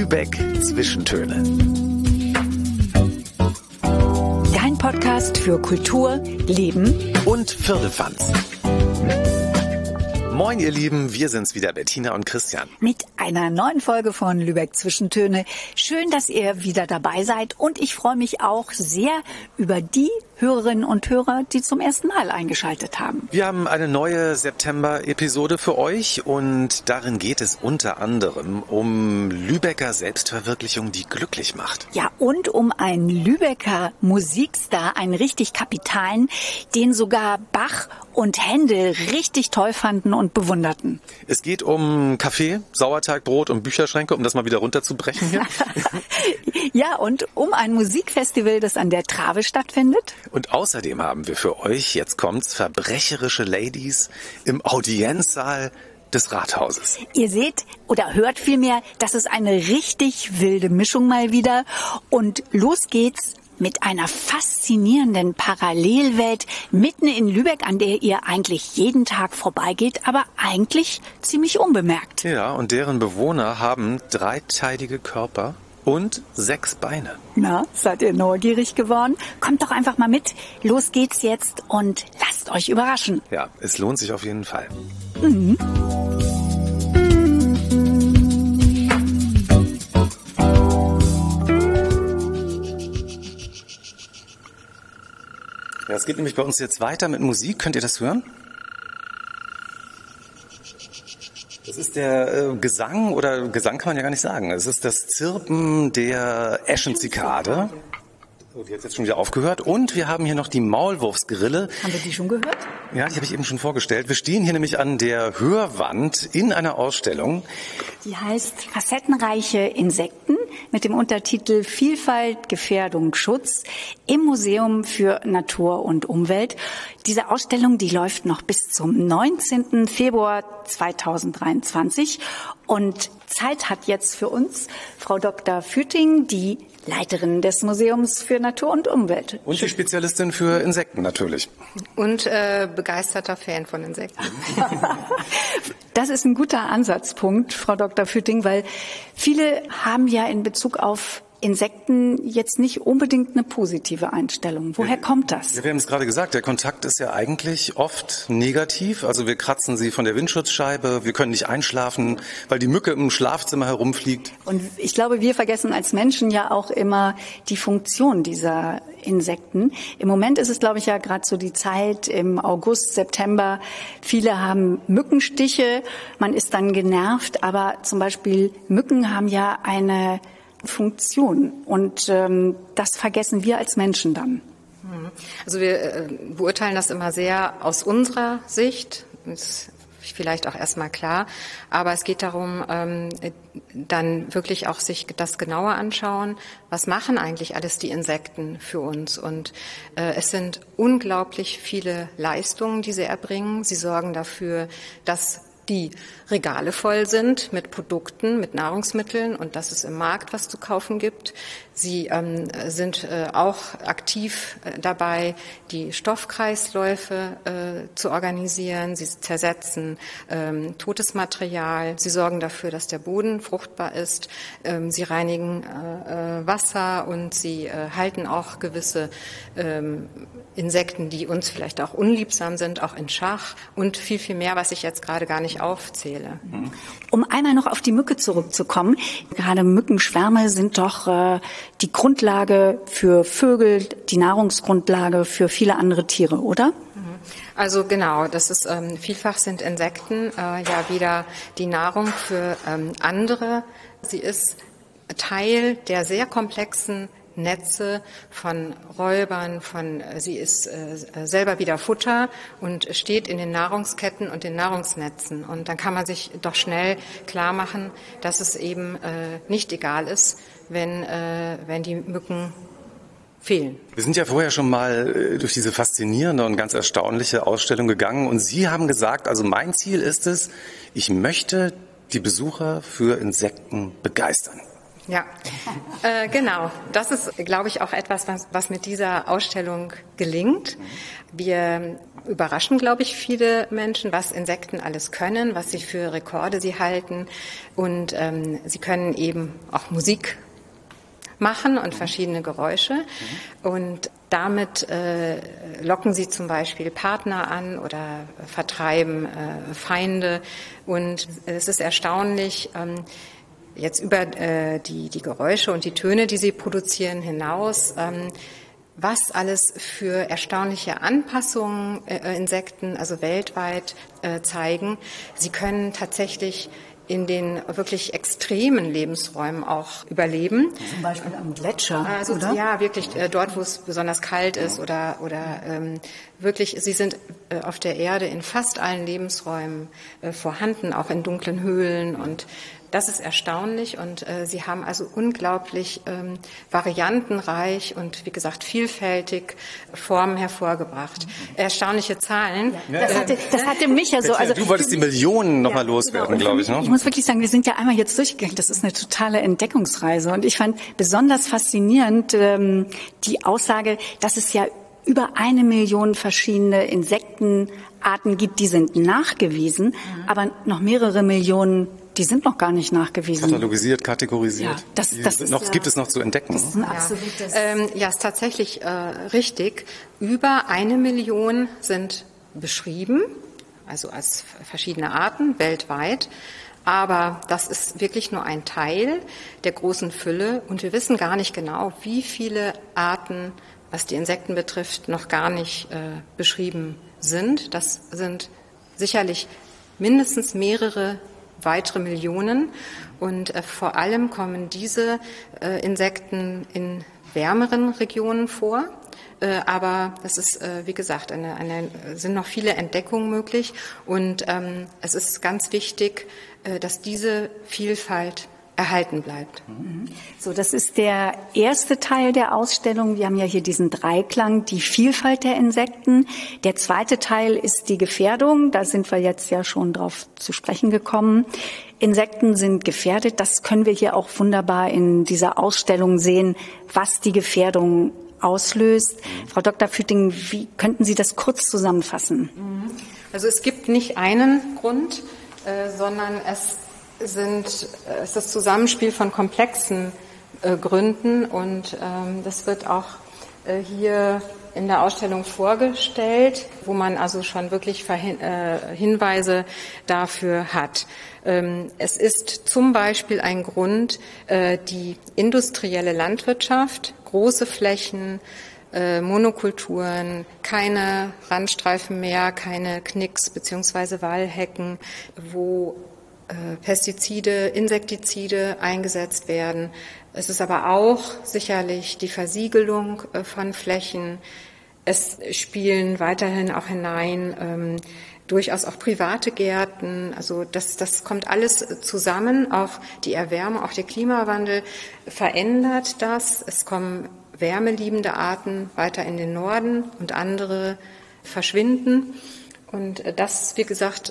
Lübeck Zwischentöne. Dein Podcast für Kultur, Leben und Firlefanz. Moin ihr Lieben, wir sind's wieder, Bettina und Christian. mit einer neuen Folge von Lübeck Zwischentöne. Schön, dass ihr wieder dabei seid und ich freue mich auch sehr über die Hörerinnen und Hörer, die zum ersten Mal eingeschaltet haben. Wir haben eine neue September-Episode für euch und darin geht es unter anderem um Lübecker Selbstverwirklichung, die glücklich macht. Ja, und um einen Lübecker Musikstar, einen richtig kapitalen, den sogar Bach und Händel richtig toll fanden und bewunderten. Es geht um Kaffee, Sauerteigbrot und Bücherschränke, um das mal wieder runterzubrechen hier. Ja, und um ein Musikfestival, das an der Trave stattfindet. Und außerdem haben wir für euch, jetzt kommt's, verbrecherische Ladies im Audienzsaal des Rathauses. Ihr seht oder hört vielmehr, das ist eine richtig wilde Mischung mal wieder. Und los geht's mit einer faszinierenden Parallelwelt mitten in Lübeck, an der ihr eigentlich jeden Tag vorbeigeht, aber eigentlich ziemlich unbemerkt. Ja, und deren Bewohner haben dreiteilige Körper und 6 Beine. Na, seid ihr neugierig geworden? Kommt doch einfach mal mit. Los geht's jetzt und lasst euch überraschen. Ja, es lohnt sich auf jeden Fall. Ja, es geht nämlich bei uns jetzt weiter mit Musik. Könnt ihr das hören? Das ist der Gesang, oder Gesang kann man ja gar nicht sagen. Es ist das Zirpen der Eschenzikade. Oh, die hat jetzt schon wieder aufgehört. Und wir haben hier noch die Maulwurfsgrille. Haben wir die schon gehört? Ja, die habe ich eben schon vorgestellt. Wir stehen hier nämlich an der Hörwand in einer Ausstellung. Die heißt Facettenreiche Insekten mit dem Untertitel Vielfalt, Gefährdung, Schutz im Museum für Natur und Umwelt. Diese Ausstellung, die läuft noch bis zum 19. Februar 2023 und Zeit hat jetzt für uns Frau Dr. Füting, die Leiterin des Museums für Natur und Umwelt. Und die Spezialistin für Insekten natürlich. Und begeisterter Fan von Insekten. Das ist ein guter Ansatzpunkt, Frau Dr. Füting, weil viele haben ja in Bezug auf Insekten jetzt nicht unbedingt eine positive Einstellung. Woher kommt das? Ja, wir haben es gerade gesagt, der Kontakt ist ja eigentlich oft negativ. Also wir kratzen sie von der Windschutzscheibe, wir können nicht einschlafen, weil die Mücke im Schlafzimmer herumfliegt. Und ich glaube, wir vergessen als Menschen ja auch immer die Funktion dieser Insekten. Im Moment ist es, glaube ich, ja gerade so die Zeit im August, September. Viele haben Mückenstiche, man ist dann genervt, aber zum Beispiel Mücken haben ja eine Funktion und das vergessen wir als Menschen dann. Also wir beurteilen das immer sehr aus unserer Sicht, ist vielleicht auch erstmal klar, aber es geht darum, dann wirklich auch sich das genauer anschauen, was machen eigentlich alles die Insekten für uns, und es sind unglaublich viele Leistungen, die sie erbringen. Sie sorgen dafür, dass die Regale voll sind mit Produkten, mit Nahrungsmitteln und dass es im Markt was zu kaufen gibt. Sie sind auch aktiv dabei, die Stoffkreisläufe zu organisieren. Sie zersetzen totes Material. Sie sorgen dafür, dass der Boden fruchtbar ist. Sie reinigen Wasser und sie halten auch gewisse Insekten, die uns vielleicht auch unliebsam sind, auch in Schach und viel, viel mehr, was ich jetzt gerade gar nicht aufzähle. Um einmal noch auf die Mücke zurückzukommen, gerade Mückenschwärme sind doch die Grundlage für Vögel, die Nahrungsgrundlage für viele andere Tiere, oder? Also genau, das ist vielfach sind Insekten ja wieder die Nahrung für andere. Sie ist Teil der sehr komplexen Netze von Räubern, sie ist selber wieder Futter und steht in den Nahrungsketten und den Nahrungsnetzen. Und dann kann man sich doch schnell klar machen, dass es eben nicht egal ist, wenn die Mücken fehlen. Wir sind ja vorher schon mal durch diese faszinierende und ganz erstaunliche Ausstellung gegangen und Sie haben gesagt, also mein Ziel ist es, ich möchte die Besucher für Insekten begeistern. Ja, genau. Das ist, glaube ich, auch etwas, was mit dieser Ausstellung gelingt. Wir überraschen, glaube ich, viele Menschen, was Insekten alles können, was sie für Rekorde sie halten. Und sie können eben auch Musik machen und verschiedene Geräusche. Und damit locken sie zum Beispiel Partner an oder vertreiben Feinde. Und es ist erstaunlich, jetzt über die Geräusche und die Töne, die sie produzieren, hinaus, was alles für erstaunliche Anpassungen Insekten, also weltweit, zeigen. Sie können tatsächlich in den wirklich extremen Lebensräumen auch überleben. Zum Beispiel am Gletscher, also, oder? Ja, wirklich dort, wo es besonders kalt ist oder wirklich, sie sind auf der Erde in fast allen Lebensräumen vorhanden, auch in dunklen Höhlen, und das ist erstaunlich, und sie haben also unglaublich variantenreich und, wie gesagt, vielfältig Formen hervorgebracht. Erstaunliche Zahlen. Ja. Das hatte mich ja so. Also du wolltest die Millionen nochmal loswerden, glaube ich. Ne? Ich muss wirklich sagen, wir sind ja einmal jetzt durchgegangen. Das ist eine totale Entdeckungsreise. Und ich fand besonders faszinierend die Aussage, dass es ja über 1 Million verschiedene Insektenarten gibt, die sind nachgewiesen, aber noch mehrere Millionen, die sind noch gar nicht nachgewiesen. Katalogisiert, kategorisiert. Ja, das ist noch, gibt es noch zu entdecken. Das ist ein absolutes ja, ist tatsächlich richtig. Über 1 Million sind beschrieben, also als verschiedene Arten weltweit. Aber das ist wirklich nur ein Teil der großen Fülle, und wir wissen gar nicht genau, wie viele Arten, was die Insekten betrifft, noch gar nicht beschrieben sind. Das sind sicherlich mindestens mehrere weitere Millionen, und vor allem kommen diese Insekten in wärmeren Regionen vor. Aber das ist, wie gesagt, sind noch viele Entdeckungen möglich, und es ist ganz wichtig, dass diese Vielfalt erhalten bleibt. So, das ist der erste Teil der Ausstellung. Wir haben ja hier diesen Dreiklang, die Vielfalt der Insekten. Der zweite Teil ist die Gefährdung. Da sind wir jetzt ja schon drauf zu sprechen gekommen. Insekten sind gefährdet. Das können wir hier auch wunderbar in dieser Ausstellung sehen, was die Gefährdung auslöst. Frau Dr. Fütting, wie könnten Sie das kurz zusammenfassen? Also es gibt nicht einen Grund, sondern es ist das Zusammenspiel von komplexen Gründen, und das wird auch hier in der Ausstellung vorgestellt, wo man also schon wirklich Hinweise dafür hat. Es ist zum Beispiel ein Grund die industrielle Landwirtschaft, große Flächen, Monokulturen, keine Randstreifen mehr, keine Knicks bzw. Wallhecken, wo Pestizide, Insektizide eingesetzt werden. Es ist aber auch sicherlich die Versiegelung von Flächen. Es spielen weiterhin auch hinein durchaus auch private Gärten. Also das kommt alles zusammen. Auch die Erwärmung, auch der Klimawandel verändert das. Es kommen wärmeliebende Arten weiter in den Norden und andere verschwinden. Und das, wie gesagt,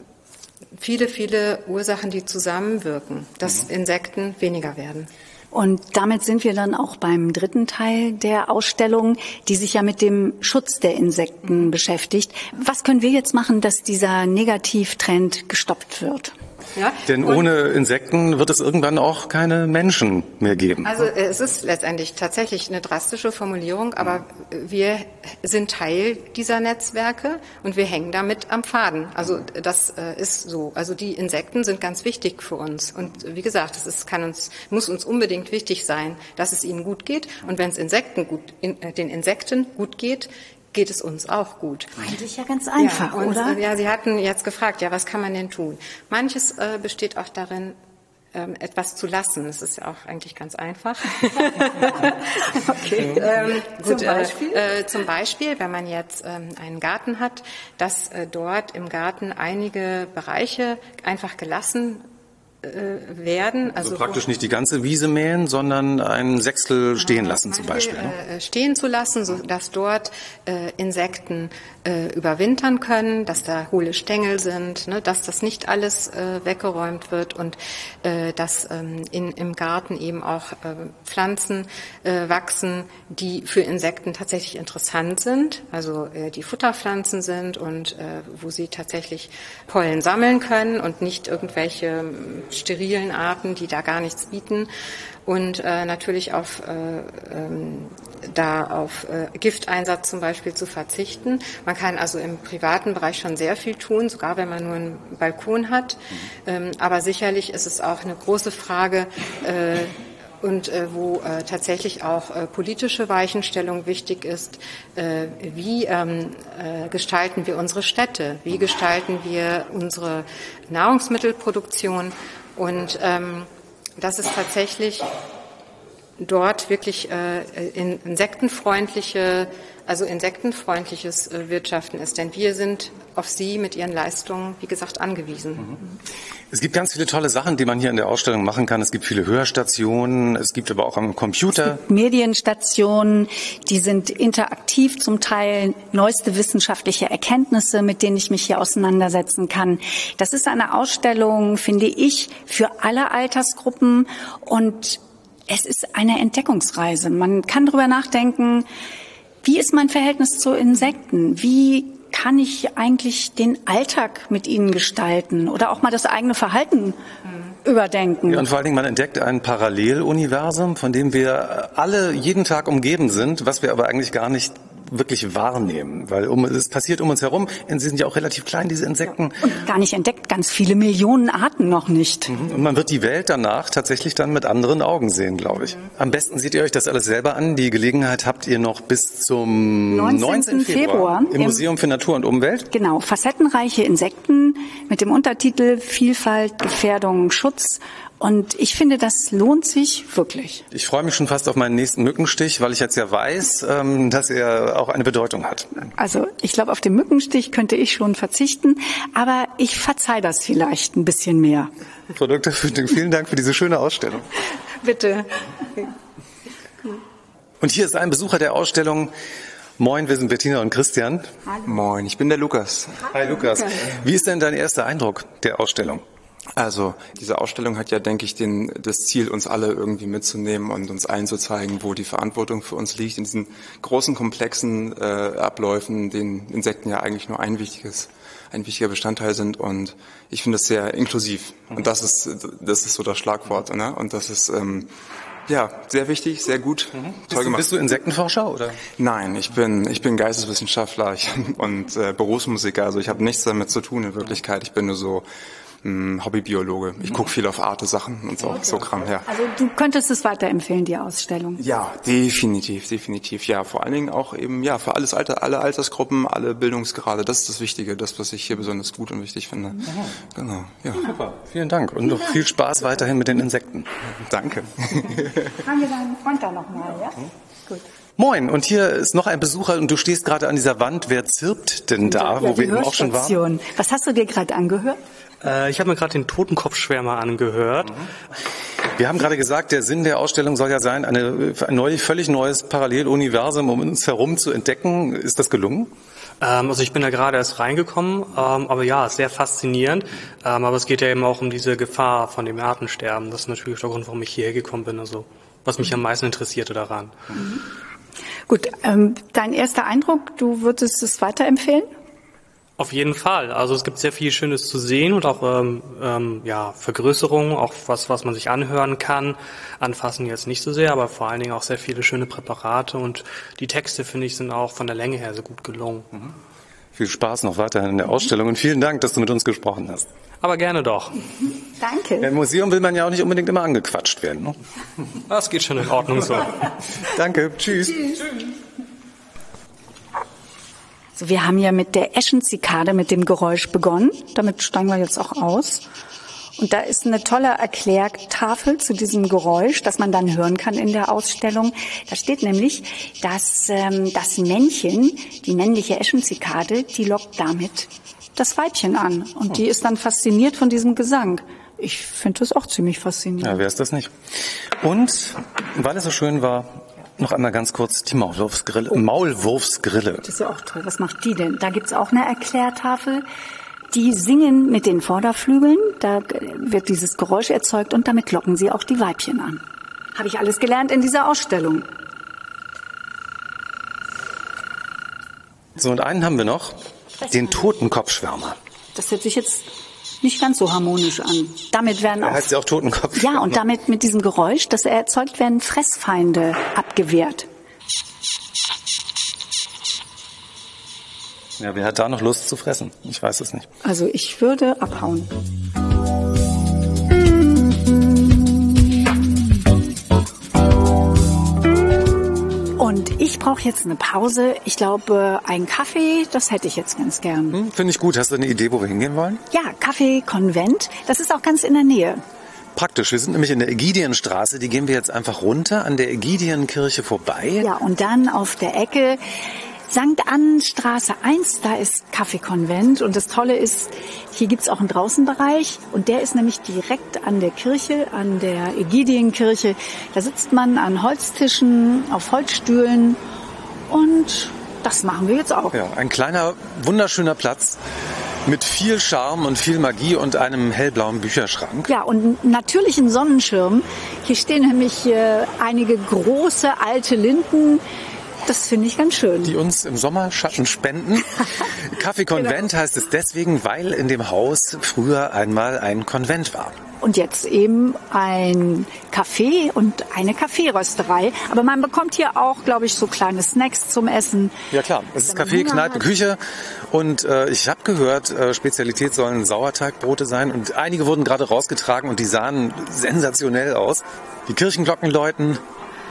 viele, viele Ursachen, die zusammenwirken, dass Insekten weniger werden. Und damit sind wir dann auch beim dritten Teil der Ausstellung, die sich ja mit dem Schutz der Insekten beschäftigt. Was können wir jetzt machen, dass dieser Negativtrend gestoppt wird? Ja, denn ohne Insekten wird es irgendwann auch keine Menschen mehr geben. Also es ist letztendlich tatsächlich eine drastische Formulierung, aber wir sind Teil dieser Netzwerke und wir hängen damit am Faden. Also das ist so. Also die Insekten sind ganz wichtig für uns. Und wie gesagt, muss uns unbedingt wichtig sein, dass es ihnen gut geht. Und wenn es den Insekten gut geht, geht es uns auch gut. Eigentlich ja ganz einfach, ja, und, oder? Ja, Sie hatten jetzt gefragt, ja, was kann man denn tun? Manches besteht auch darin, etwas zu lassen. Das ist ja auch eigentlich ganz einfach. Okay. Gut, zum Beispiel, wenn man jetzt einen Garten hat, dass dort im Garten einige Bereiche einfach gelassen werden. Also praktisch nicht die ganze Wiese mähen, sondern ein Sechstel stehen lassen zum Beispiel. Stehen zu lassen, sodass dort Insekten überwintern können, dass da hohle Stängel sind, ne, dass das nicht alles weggeräumt wird und dass im Garten eben auch Pflanzen wachsen, die für Insekten tatsächlich interessant sind, also die Futterpflanzen sind und wo sie tatsächlich Pollen sammeln können und nicht irgendwelche sterilen Arten, die da gar nichts bieten. Und natürlich auf Gifteinsatz zum Beispiel zu verzichten. Man kann also im privaten Bereich schon sehr viel tun, sogar wenn man nur einen Balkon hat. Aber sicherlich ist es auch eine große Frage, wo tatsächlich auch politische Weichenstellung wichtig ist. Wie gestalten wir unsere Städte? Wie gestalten wir unsere Nahrungsmittelproduktion? Und dass es tatsächlich dort wirklich insektenfreundliches Wirtschaften ist. Denn wir sind auf sie mit ihren Leistungen, wie gesagt, angewiesen. Es gibt ganz viele tolle Sachen, die man hier in der Ausstellung machen kann. Es gibt viele Hörstationen, es gibt aber auch am Computer. Es gibt Medienstationen, die sind interaktiv zum Teil, neueste wissenschaftliche Erkenntnisse, mit denen ich mich hier auseinandersetzen kann. Das ist eine Ausstellung, finde ich, für alle Altersgruppen und es ist eine Entdeckungsreise. Man kann darüber nachdenken, wie ist mein Verhältnis zu Insekten? Wie kann ich eigentlich den Alltag mit ihnen gestalten oder auch mal das eigene Verhalten überdenken? Ja, und vor allen Dingen, man entdeckt ein Paralleluniversum, von dem wir alle jeden Tag umgeben sind, was wir aber eigentlich gar nicht wirklich wahrnehmen, weil es passiert um uns herum. Sie sind ja auch relativ klein, diese Insekten. Und gar nicht entdeckt, ganz viele Millionen Arten noch nicht. Und man wird die Welt danach tatsächlich dann mit anderen Augen sehen, glaube ich. Am besten seht ihr euch das alles selber an. Die Gelegenheit habt ihr noch bis zum 19. Februar im Museum für Natur und Umwelt. Genau, facettenreiche Insekten mit dem Untertitel Vielfalt, Gefährdung, Schutz. Und ich finde, das lohnt sich wirklich. Ich freue mich schon fast auf meinen nächsten Mückenstich, weil ich jetzt ja weiß, dass er auch eine Bedeutung hat. Also ich glaube, auf den Mückenstich könnte ich schon verzichten, aber ich verzeih das vielleicht ein bisschen mehr. Frau Dr. Fütting, vielen Dank für diese schöne Ausstellung. Bitte. Und hier ist ein Besucher der Ausstellung. Moin, wir sind Bettina und Christian. Hallo. Moin, ich bin der Lukas. Hi Lukas. Wie ist denn dein erster Eindruck der Ausstellung? Also, diese Ausstellung hat ja, denke ich, das Ziel, uns alle irgendwie mitzunehmen und uns allen zu zeigen, wo die Verantwortung für uns liegt in diesen großen, komplexen Abläufen, denen Insekten ja eigentlich nur ein wichtiger Bestandteil sind. Und ich finde das sehr inklusiv. Und das ist so das Schlagwort, ne? Und das ist ja sehr wichtig, sehr gut. Toll gemacht. Bist du Insektenforscher oder? Nein, ich bin Geisteswissenschaftler und Berufsmusiker. Also ich habe nichts damit zu tun in Wirklichkeit. Ich bin nur so Hobbybiologe. Ich gucke viel auf Arte-Sachen und so Kram, ja. Also du könntest es weiterempfehlen, die Ausstellung? Ja, definitiv. Ja, vor allen Dingen auch eben, ja, für alle Altersgruppen, alle Bildungsgrade. Das ist das Wichtige, das, was ich hier besonders gut und wichtig finde. Genau, ja. Super, vielen Dank und noch viel Spaß weiterhin mit den Insekten. Danke. Fragen wir deinen Freund da nochmal, ja? Gut. Moin, und hier ist noch ein Besucher und du stehst gerade an dieser Wand. Wer zirpt denn da, wo wir eben auch schon waren? Was hast du dir gerade angehört? Ich habe mir gerade den Totenkopfschwärmer angehört. Wir haben gerade gesagt, der Sinn der Ausstellung soll ja sein, ein völlig neues Paralleluniversum um uns herum zu entdecken. Ist das gelungen? Also ich bin da gerade erst reingekommen, aber ja, sehr faszinierend. Aber es geht ja eben auch um diese Gefahr von dem Artensterben. Das ist natürlich der Grund, warum ich hierher gekommen bin. Also was mich am meisten interessierte daran. Gut, dein erster Eindruck, du würdest es weiterempfehlen? Auf jeden Fall. Also es gibt sehr viel Schönes zu sehen und auch Vergrößerungen, auch was man sich anhören kann. Anfassen jetzt nicht so sehr, aber vor allen Dingen auch sehr viele schöne Präparate und die Texte, finde ich, sind auch von der Länge her sehr gut gelungen. Viel Spaß noch weiterhin in der Ausstellung und vielen Dank, dass du mit uns gesprochen hast. Aber gerne doch. Danke. Im Museum will man ja auch nicht unbedingt immer angequatscht werden. Ne? Das geht schon in Ordnung so. Danke, tschüss. So, wir haben ja mit der Eschenzikade, mit dem Geräusch begonnen. Damit steigen wir jetzt auch aus. Und da ist eine tolle Erklärtafel zu diesem Geräusch, das man dann hören kann in der Ausstellung. Da steht nämlich, dass das Männchen, die männliche Eschenzikade, die lockt damit das Weibchen an. Und die ist dann fasziniert von diesem Gesang. Ich finde das auch ziemlich faszinierend. Ja, wer ist das nicht? Und, weil es so schön war, noch einmal ganz kurz die Maulwurfsgrille. Maulwurfsgrille. Das ist ja auch toll. Was macht die denn? Da gibt's auch eine Erklärtafel. Die singen mit den Vorderflügeln. Da wird dieses Geräusch erzeugt und damit locken sie auch die Weibchen an. Habe ich alles gelernt in dieser Ausstellung. So, und einen haben wir noch. Den Totenkopfschwärmer. Das hört sich jetzt nicht ganz so harmonisch an. Damit werden auch... Heißt ja auch Totenkopf. Ja, und damit mit diesem Geräusch, das erzeugt, werden Fressfeinde abgewehrt. Ja, wer hat da noch Lust zu fressen? Ich weiß es nicht. Also ich würde abhauen. Und ich brauche jetzt eine Pause. Ich glaube, einen Kaffee, das hätte ich jetzt ganz gern. Finde ich gut. Hast du eine Idee, wo wir hingehen wollen? Ja, Kaffee Konvent. Das ist auch ganz in der Nähe. Praktisch. Wir sind nämlich in der Ägidienstraße. Die gehen wir jetzt einfach runter an der Ägidienkirche vorbei. Ja, und dann auf der Ecke St. Annenstraße 1, da ist Kaffeekonvent. Und das Tolle ist, hier gibt's auch einen Draußenbereich. Und der ist nämlich direkt an der Kirche, an der Ägidienkirche. Da sitzt man an Holztischen, auf Holzstühlen. Und das machen wir jetzt auch. Ja, ein kleiner, wunderschöner Platz mit viel Charme und viel Magie und einem hellblauen Bücherschrank. Ja, und natürlichen Sonnenschirm. Hier stehen nämlich einige große alte Linden. Das finde ich ganz schön. Die uns im Sommer Schatten spenden. Kaffeekonvent heißt es deswegen, weil in dem Haus früher einmal ein Konvent war. Und jetzt eben ein Café und eine Kaffeerösterei. Aber man bekommt hier auch, glaube ich, so kleine Snacks zum Essen. Ja klar, es ist Kaffee, Kneipe, Küche. Und ich habe gehört, Spezialität sollen Sauerteigbrote sein. Und einige wurden gerade rausgetragen und die sahen sensationell aus. Die Kirchenglocken läuten.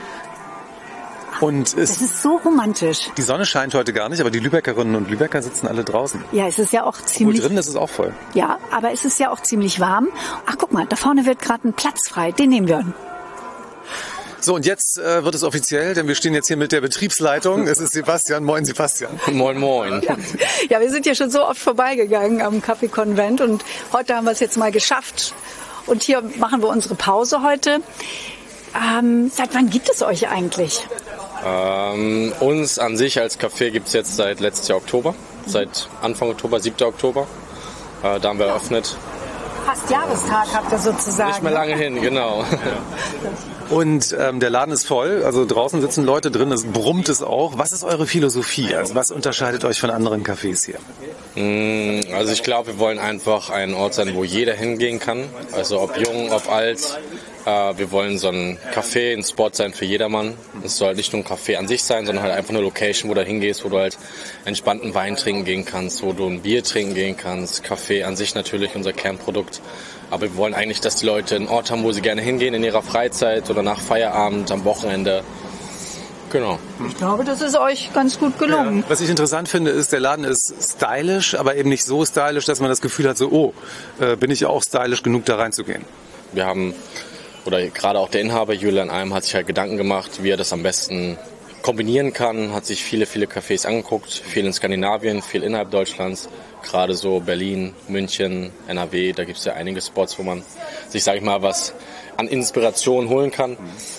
Und das ist so romantisch. Die Sonne scheint heute gar nicht, aber die Lübeckerinnen und Lübecker sitzen alle draußen. Ja, es ist ja auch ziemlich... Obwohl drin ist es auch voll. Ja, aber es ist ja auch ziemlich warm. Ach, guck mal, da vorne wird gerade ein Platz frei. Den nehmen wir. So, und jetzt wird es offiziell, denn wir stehen jetzt hier mit der Betriebsleitung. Es ist Sebastian. Moin, Sebastian. Moin, moin. Ja, wir sind ja schon so oft vorbeigegangen am Kaffeekonvent und heute haben wir es jetzt mal geschafft. Und hier machen wir unsere Pause heute. Seit wann gibt es euch eigentlich? Uns an sich als Café gibt es jetzt seit letztes Jahr Oktober, seit Anfang Oktober, 7. Oktober. Da haben wir eröffnet. Fast Jahrestag habt ihr sozusagen. Nicht mehr lange hin, genau. Und der Laden ist voll, also draußen sitzen Leute drin, es brummt es auch. Was ist eure Philosophie? Also was unterscheidet euch von anderen Cafés hier? Also ich glaube, wir wollen einfach ein Ort sein, wo jeder hingehen kann. Also ob jung, ob alt. Wir wollen so ein Café, ein Spot sein für jedermann. Es soll nicht nur ein Café an sich sein, sondern halt einfach eine Location, wo du hingehst, wo du halt entspannten Wein trinken gehen kannst, wo du ein Bier trinken gehen kannst. Kaffee an sich natürlich unser Kernprodukt. Aber wir wollen eigentlich, dass die Leute einen Ort haben, wo sie gerne hingehen in ihrer Freizeit oder nach Feierabend, am Wochenende. Genau. Ich glaube, das ist euch ganz gut gelungen. Ja. Was ich interessant finde, ist, der Laden ist stylisch, aber eben nicht so stylisch, dass man das Gefühl hat, so, bin ich auch stylisch genug, da reinzugehen. Wir haben, oder gerade auch der Inhaber Julian Alm hat sich halt Gedanken gemacht, wie er das am besten kombinieren kann, hat sich viele Cafés angeguckt, viel in Skandinavien, viel innerhalb Deutschlands, gerade so Berlin, München, NRW, da gibt es ja einige Spots, wo man sich, sage ich mal, was an Inspiration holen kann.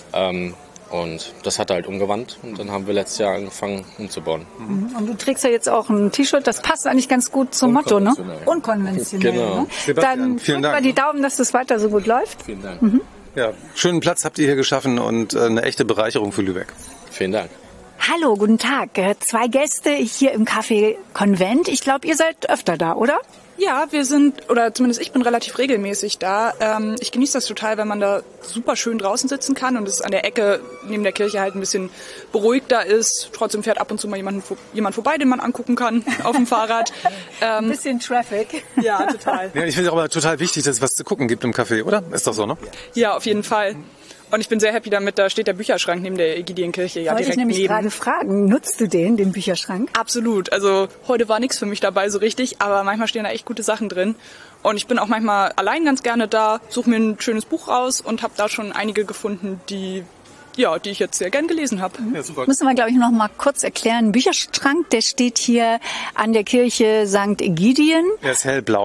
Und das hat er halt umgewandt und dann haben wir letztes Jahr angefangen umzubauen. Und du trägst ja jetzt auch ein T-Shirt, das passt eigentlich ganz gut zum Motto, ne? Unkonventionell. Genau. Ne? Sebastian, Dann vielen drücken wir Dank. die Daumen, dass das weiter so gut läuft. Vielen Dank. Ja, schönen Platz habt ihr hier geschaffen und eine echte Bereicherung für Lübeck. Vielen Dank. Hallo, guten Tag. 2 Gäste hier im Café Konvent. Ich glaube, ihr seid öfter da, oder? Ja, wir sind, oder zumindest ich bin relativ regelmäßig da. Ich genieße das total, wenn man da super schön draußen sitzen kann und es an der Ecke neben der Kirche halt ein bisschen beruhigter ist. Trotzdem fährt ab und zu mal jemand vorbei, den man angucken kann auf dem Fahrrad. Ein bisschen Traffic. Ja, total. Ja, ich finde es aber total wichtig, dass es was zu gucken gibt im Café, oder? Ist doch so, ne? Ja, auf jeden Fall. Und ich bin sehr happy damit, da steht der Bücherschrank neben der Ägidienkirche ja Wollte direkt ich nämlich neben. gerade fragen, nutzt du den Bücherschrank? Absolut. Also heute war nichts für mich dabei so richtig, aber manchmal stehen da echt gute Sachen drin. Und ich bin auch manchmal allein ganz gerne da, suche mir ein schönes Buch raus und habe da schon einige gefunden, die ich jetzt sehr gern gelesen habe. Ja, super. Müssen wir, glaube ich, noch mal kurz erklären. Bücherschrank, der steht hier an der Kirche St. Ägidien. Er ist hellblau.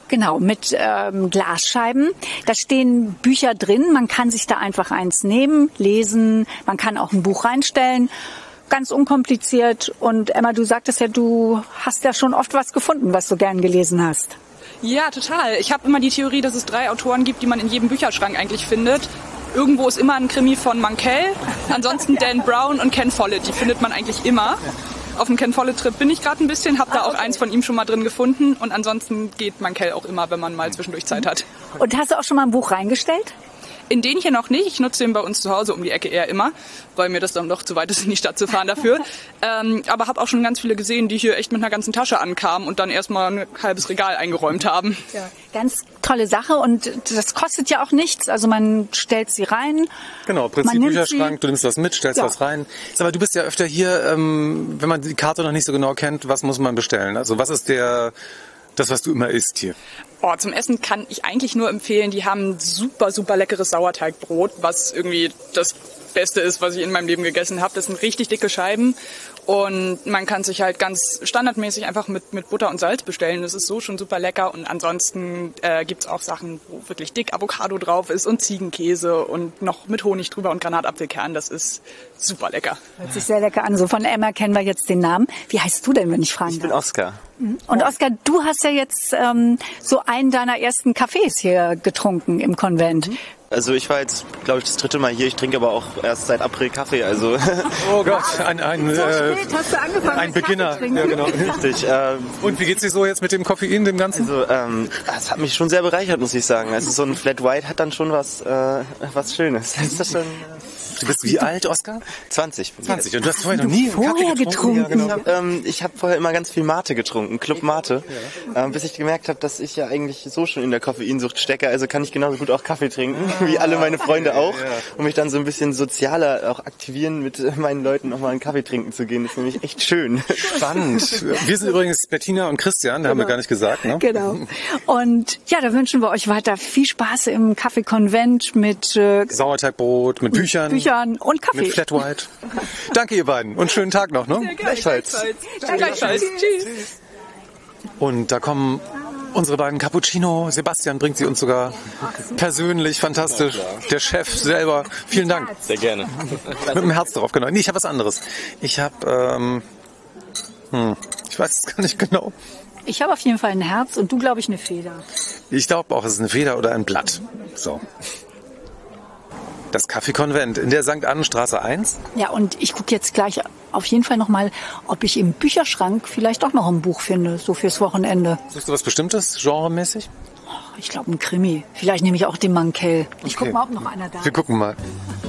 Genau, mit Glasscheiben. Da stehen Bücher drin. Man kann sich da einfach eins nehmen, lesen. Man kann auch ein Buch reinstellen. Ganz unkompliziert. Und Emma, du sagtest ja, du hast ja schon oft was gefunden, was du gern gelesen hast. Ja, total. Ich habe immer die Theorie, dass es 3 Autoren gibt, die man in jedem Bücherschrank eigentlich findet. Irgendwo ist immer ein Krimi von Mankell, ansonsten Dan Brown und Ken Follett. Die findet man eigentlich immer. Auf dem Ken Follett-Trip bin ich gerade ein bisschen, habe da auch eins von ihm schon mal drin gefunden. Und ansonsten geht Mankell auch immer, wenn man mal zwischendurch Zeit hat. Und hast du auch schon mal ein Buch reingestellt? In den hier noch nicht. Ich nutze den bei uns zu Hause um die Ecke eher immer, weil mir das dann doch zu weit ist, in die Stadt zu fahren dafür. Aber habe auch schon ganz viele gesehen, die hier echt mit einer ganzen Tasche ankamen und dann erstmal ein halbes Regal eingeräumt haben. Ja. Ganz tolle Sache und das kostet ja auch nichts. Also man stellt sie rein. Genau, Prinzip Bücherschrank, du nimmst was mit, stellst was rein. Sag mal, du bist ja öfter hier, wenn man die Karte noch nicht so genau kennt, was muss man bestellen? Also was ist das, was du immer isst hier? Oh, zum Essen kann ich eigentlich nur empfehlen, die haben super, super leckeres Sauerteigbrot, was irgendwie das Beste ist, was ich in meinem Leben gegessen habe. Das sind richtig dicke Scheiben und man kann sich halt ganz standardmäßig einfach mit Butter und Salz bestellen. Das ist so schon super lecker und ansonsten gibt's auch Sachen, wo wirklich dick Avocado drauf ist und Ziegenkäse und noch mit Honig drüber und Granatapfelkern. Das ist super lecker. Hört sich sehr lecker an. So von Emma kennen wir jetzt den Namen. Wie heißt du denn, wenn ich fragen darf? Ich bin Oskar. Und Oskar, du hast ja jetzt so einen deiner ersten Kaffees hier getrunken im Konvent. Also ich war jetzt, glaube ich, das 3. Mal hier. Ich trinke aber auch erst seit April Kaffee. Also oh Gott, ein hast du angefangen ein Beginner. Ja, genau. Richtig. Und wie geht's dir so jetzt mit dem Koffein, dem Ganzen? Also es hat mich schon sehr bereichert, muss ich sagen. Also so ein Flat White hat dann schon was Schönes. Ist das schon, du bist wie alt, Oskar? 20. 20. Und du hast vorher noch nie vorher getrunken? Ja, genau. Ich habe vorher immer ganz viel Mate getrunken, Club Mate, bis ich gemerkt habe, dass ich ja eigentlich so schon in der Koffeinsucht stecke. Also kann ich genauso gut auch Kaffee trinken, wie alle meine Freunde auch. Und mich dann so ein bisschen sozialer auch aktivieren, mit meinen Leuten noch mal einen Kaffee trinken zu gehen. Das ist nämlich echt schön. Spannend. Wir sind übrigens Bettina und Christian, haben wir gar nicht gesagt, ne? Genau. Und ja, da wünschen wir euch weiter viel Spaß im Kaffee-Konvent mit Sauerteigbrot, mit Büchern und Kaffee. Mit Flat White. Danke ihr beiden und schönen Tag noch, ne? Gleichfalls. Tschüss. Und da kommen unsere beiden Cappuccino. Sebastian bringt sie uns sogar persönlich. Fantastisch. Der Chef selber. Vielen Dank. Sehr gerne. Mit dem Herz drauf, genau. Nee, ich habe was anderes. Ich habe, ich weiß es gar nicht genau. Ich habe auf jeden Fall ein Herz und du, glaube ich, eine Feder. Ich glaube auch, es ist eine Feder oder ein Blatt. So. Das Kaffee-Konvent in der St. Annenstraße 1. Ja, und ich gucke jetzt gleich auf jeden Fall nochmal, ob ich im Bücherschrank vielleicht doch noch ein Buch finde, so fürs Wochenende. Suchst du was Bestimmtes, genremäßig? Ich glaube, ein Krimi. Vielleicht nehme ich auch den Mankell. Ich gucke mal, ob noch einer da ist. Wir gucken mal.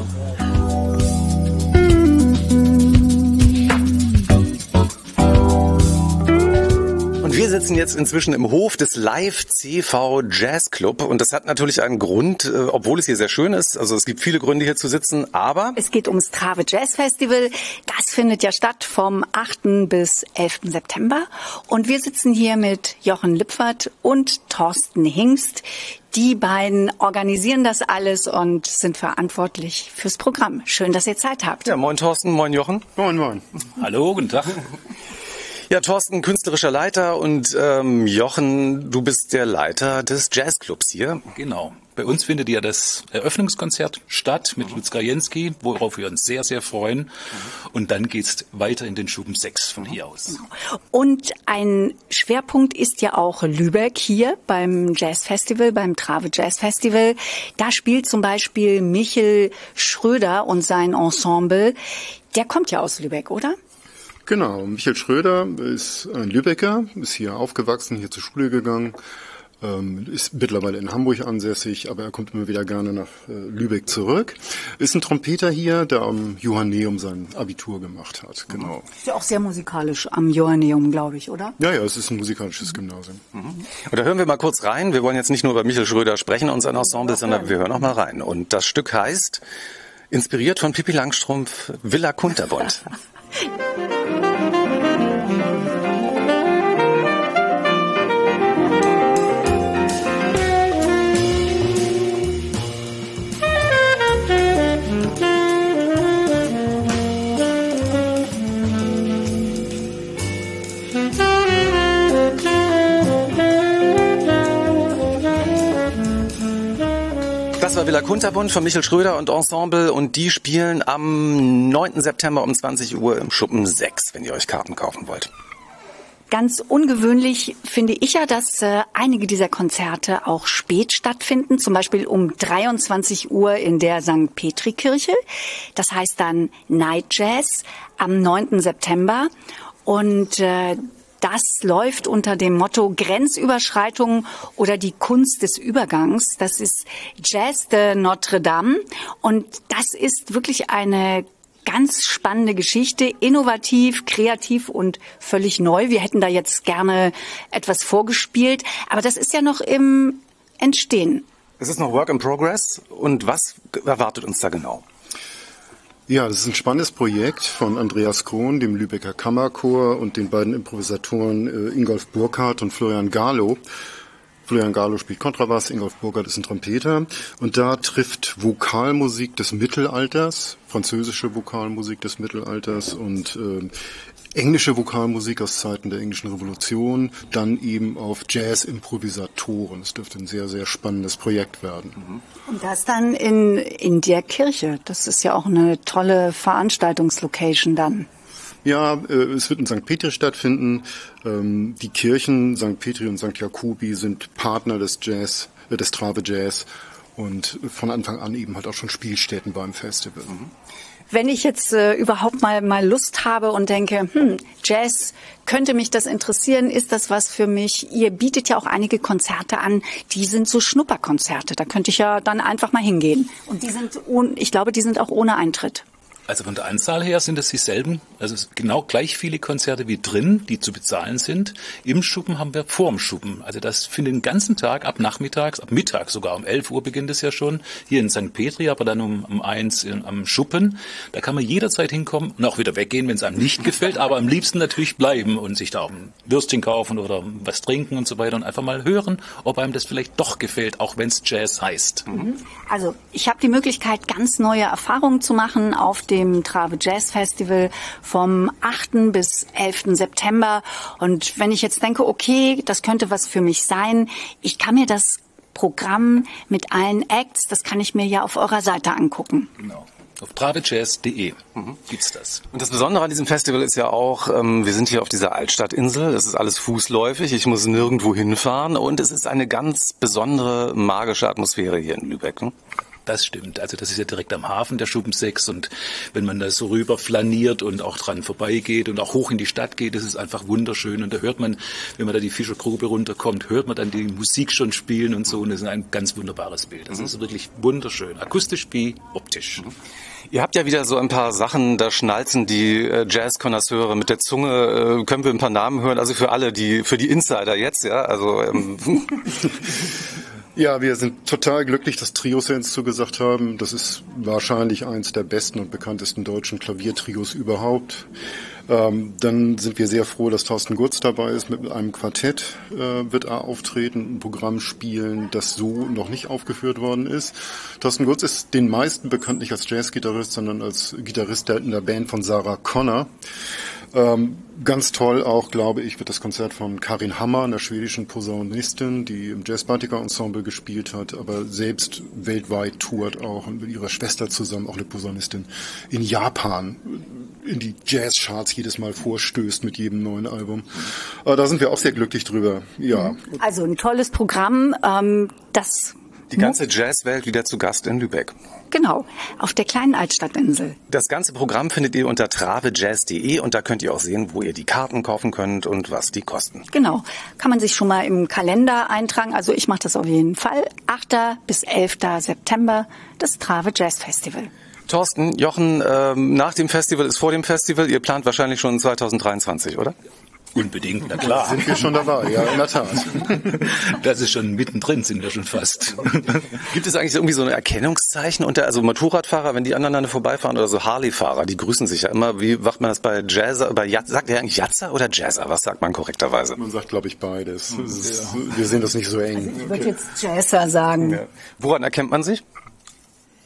Und wir sitzen jetzt inzwischen im Hof des Live-CV Jazz Club. Und das hat natürlich einen Grund, obwohl es hier sehr schön ist. Also es gibt viele Gründe, hier zu sitzen, aber... Es geht ums Trave Jazz Festival. Das findet ja statt vom 8. bis 11. September. Und wir sitzen hier mit Jochen Lipfert und Thorsten Hingst. Die beiden organisieren das alles und sind verantwortlich fürs Programm. Schön, dass ihr Zeit habt. Ja, moin Thorsten, moin Jochen. Moin, moin. Hallo, guten Tag. Ja, Thorsten, künstlerischer Leiter und Jochen, du bist der Leiter des Jazzclubs hier. Genau. Bei uns findet ja das Eröffnungskonzert statt mit Lutz Gajewski, worauf wir uns sehr, sehr freuen. Und dann geht's weiter in den Schuppen 6 von hier aus. Und ein Schwerpunkt ist ja auch Lübeck hier beim Jazzfestival, beim Trave Jazz Festival. Da spielt zum Beispiel Michel Schröder und sein Ensemble. Der kommt ja aus Lübeck, oder? Genau, Michel Schröder ist ein Lübecker, ist hier aufgewachsen, hier zur Schule gegangen, ist mittlerweile in Hamburg ansässig, aber er kommt immer wieder gerne nach Lübeck zurück. Ist ein Trompeter hier, der am Johanneum sein Abitur gemacht hat, genau. Ist ja auch sehr musikalisch am Johanneum, glaube ich, oder? Ja, es ist ein musikalisches Gymnasium. Und da hören wir mal kurz rein. Wir wollen jetzt nicht nur über Michel Schröder sprechen und sein Ensemble, sondern wir hören auch mal rein. Und das Stück heißt, inspiriert von Pippi Langstrumpf, Villa Kunterbund. Villa Kunterbund von Michel Schröder und Ensemble und die spielen am 9. September um 20 Uhr im Schuppen 6, wenn ihr euch Karten kaufen wollt. Ganz ungewöhnlich finde ich ja, dass einige dieser Konzerte auch spät stattfinden, zum Beispiel um 23 Uhr in der St. Petri-Kirche. Das heißt dann Night Jazz am 9. September und das läuft unter dem Motto Grenzüberschreitung oder die Kunst des Übergangs. Das ist Jazz de Notre Dame und das ist wirklich eine ganz spannende Geschichte, innovativ, kreativ und völlig neu. Wir hätten da jetzt gerne etwas vorgespielt, aber das ist ja noch im Entstehen. Es ist noch Work in Progress und was erwartet uns da genau? Ja, das ist ein spannendes Projekt von Andreas Krohn, dem Lübecker Kammerchor und den beiden Improvisatoren Ingolf Burkhardt und Florian Garlow. Florian Garlow spielt Kontrabass, Ingolf Burkhardt ist ein Trompeter. Und da trifft Vokalmusik des Mittelalters, französische Vokalmusik des Mittelalters und englische Vokalmusik aus Zeiten der englischen Revolution, dann eben auf Jazz-Improvisatoren. Es dürfte ein sehr, sehr spannendes Projekt werden. Und das dann in der Kirche. Das ist ja auch eine tolle Veranstaltungslocation dann. Ja, es wird in St. Petri stattfinden. Die Kirchen St. Petri und St. Jakobi sind Partner des Jazz, des Trave Jazz und von Anfang an eben halt auch schon Spielstätten beim Festival. Wenn ich jetzt überhaupt mal Lust habe und denke, Jazz, könnte mich das interessieren, ist das was für mich? Ihr bietet ja auch einige Konzerte an, die sind so Schnupperkonzerte. Da könnte ich ja dann einfach mal hingehen. Und die sind, ich glaube, die sind auch ohne Eintritt. Also von der Anzahl her sind es dieselben, also genau gleich viele Konzerte wie drin, die zu bezahlen sind. Im Schuppen haben wir vorm Schuppen. Also das findet den ganzen Tag ab nachmittags, ab Mittag sogar, um 11 Uhr beginnt es ja schon, hier in St. Petri, aber dann um 1 am Schuppen. Da kann man jederzeit hinkommen und auch wieder weggehen, wenn es einem nicht gefällt, aber am liebsten natürlich bleiben und sich da auch ein Würstchen kaufen oder was trinken und so weiter und einfach mal hören, ob einem das vielleicht doch gefällt, auch wenn es Jazz heißt. Also ich habe die Möglichkeit, ganz neue Erfahrungen zu machen auf dem Trave Jazz Festival vom 8. bis 11. September. Und wenn ich jetzt denke, okay, das könnte was für mich sein, ich kann mir das Programm mit allen Acts, das kann ich mir ja auf eurer Seite angucken. Genau. Auf travejazz.de gibt's das. Und das Besondere an diesem Festival ist ja auch, wir sind hier auf dieser Altstadtinsel, es ist alles fußläufig, ich muss nirgendwo hinfahren und es ist eine ganz besondere magische Atmosphäre hier in Lübeck. Das stimmt. Also das ist ja direkt am Hafen, der Schuppen 6. Und wenn man da so rüber flaniert und auch dran vorbeigeht und auch hoch in die Stadt geht, das ist einfach wunderschön. Und da hört man, wenn man da die Fischergrube runterkommt, hört man dann die Musik schon spielen und so. Und das ist ein ganz wunderbares Bild. Das ist wirklich wunderschön. Akustisch wie optisch. Ihr habt ja wieder so ein paar Sachen, da schnalzen die Jazz-Konnoisseure mit der Zunge. Können wir ein paar Namen hören? Also für alle, für die Insider jetzt, ja? Also Ja, wir sind total glücklich, dass Trios uns zugesagt haben. Das ist wahrscheinlich eins der besten und bekanntesten deutschen Klaviertrios überhaupt. Dann sind wir sehr froh, dass Thorsten Gurz dabei ist. Mit einem Quartett wird er auftreten, ein Programm spielen, das so noch nicht aufgeführt worden ist. Thorsten Gurz ist den meisten bekannt nicht als Jazzgitarrist, sondern als Gitarrist in der Band von Sarah Connor. Ganz toll auch, glaube ich, wird das Konzert von Karin Hammer, einer schwedischen Posaunistin, die im Jazz-Baltica-Ensemble gespielt hat, aber selbst weltweit tourt auch und mit ihrer Schwester zusammen, auch eine Posaunistin, in Japan in die Jazz-Charts jedes Mal vorstößt mit jedem neuen Album. Da sind wir auch sehr glücklich drüber. Ja. Also ein tolles Programm, das die ganze Jazzwelt wieder zu Gast in Lübeck. Genau, auf der kleinen Altstadtinsel. Das ganze Programm findet ihr unter travejazz.de und da könnt ihr auch sehen, wo ihr die Karten kaufen könnt und was die kosten. Genau, kann man sich schon mal im Kalender eintragen. Also ich mache das auf jeden Fall. 8. bis 11. September, das Trave Jazz Festival. Thorsten, Jochen, nach dem Festival ist vor dem Festival. Ihr plant wahrscheinlich schon 2023, oder? Unbedingt, na klar. Sind wir schon dabei, ja, in der Tat. Das ist schon mittendrin, sind wir schon fast. Gibt es eigentlich irgendwie so ein Erkennungszeichen also Motorradfahrer, wenn die aneinander vorbeifahren oder so Harley-Fahrer, die grüßen sich ja immer. Wie macht man das bei Jazzer, sagt ihr eigentlich Jazzer oder Jazzer? Was sagt man korrekterweise? Man sagt, glaube ich, beides. Wir sehen das nicht so eng. Also ich würde jetzt Jazzer sagen. Ja. Woran erkennt man sich?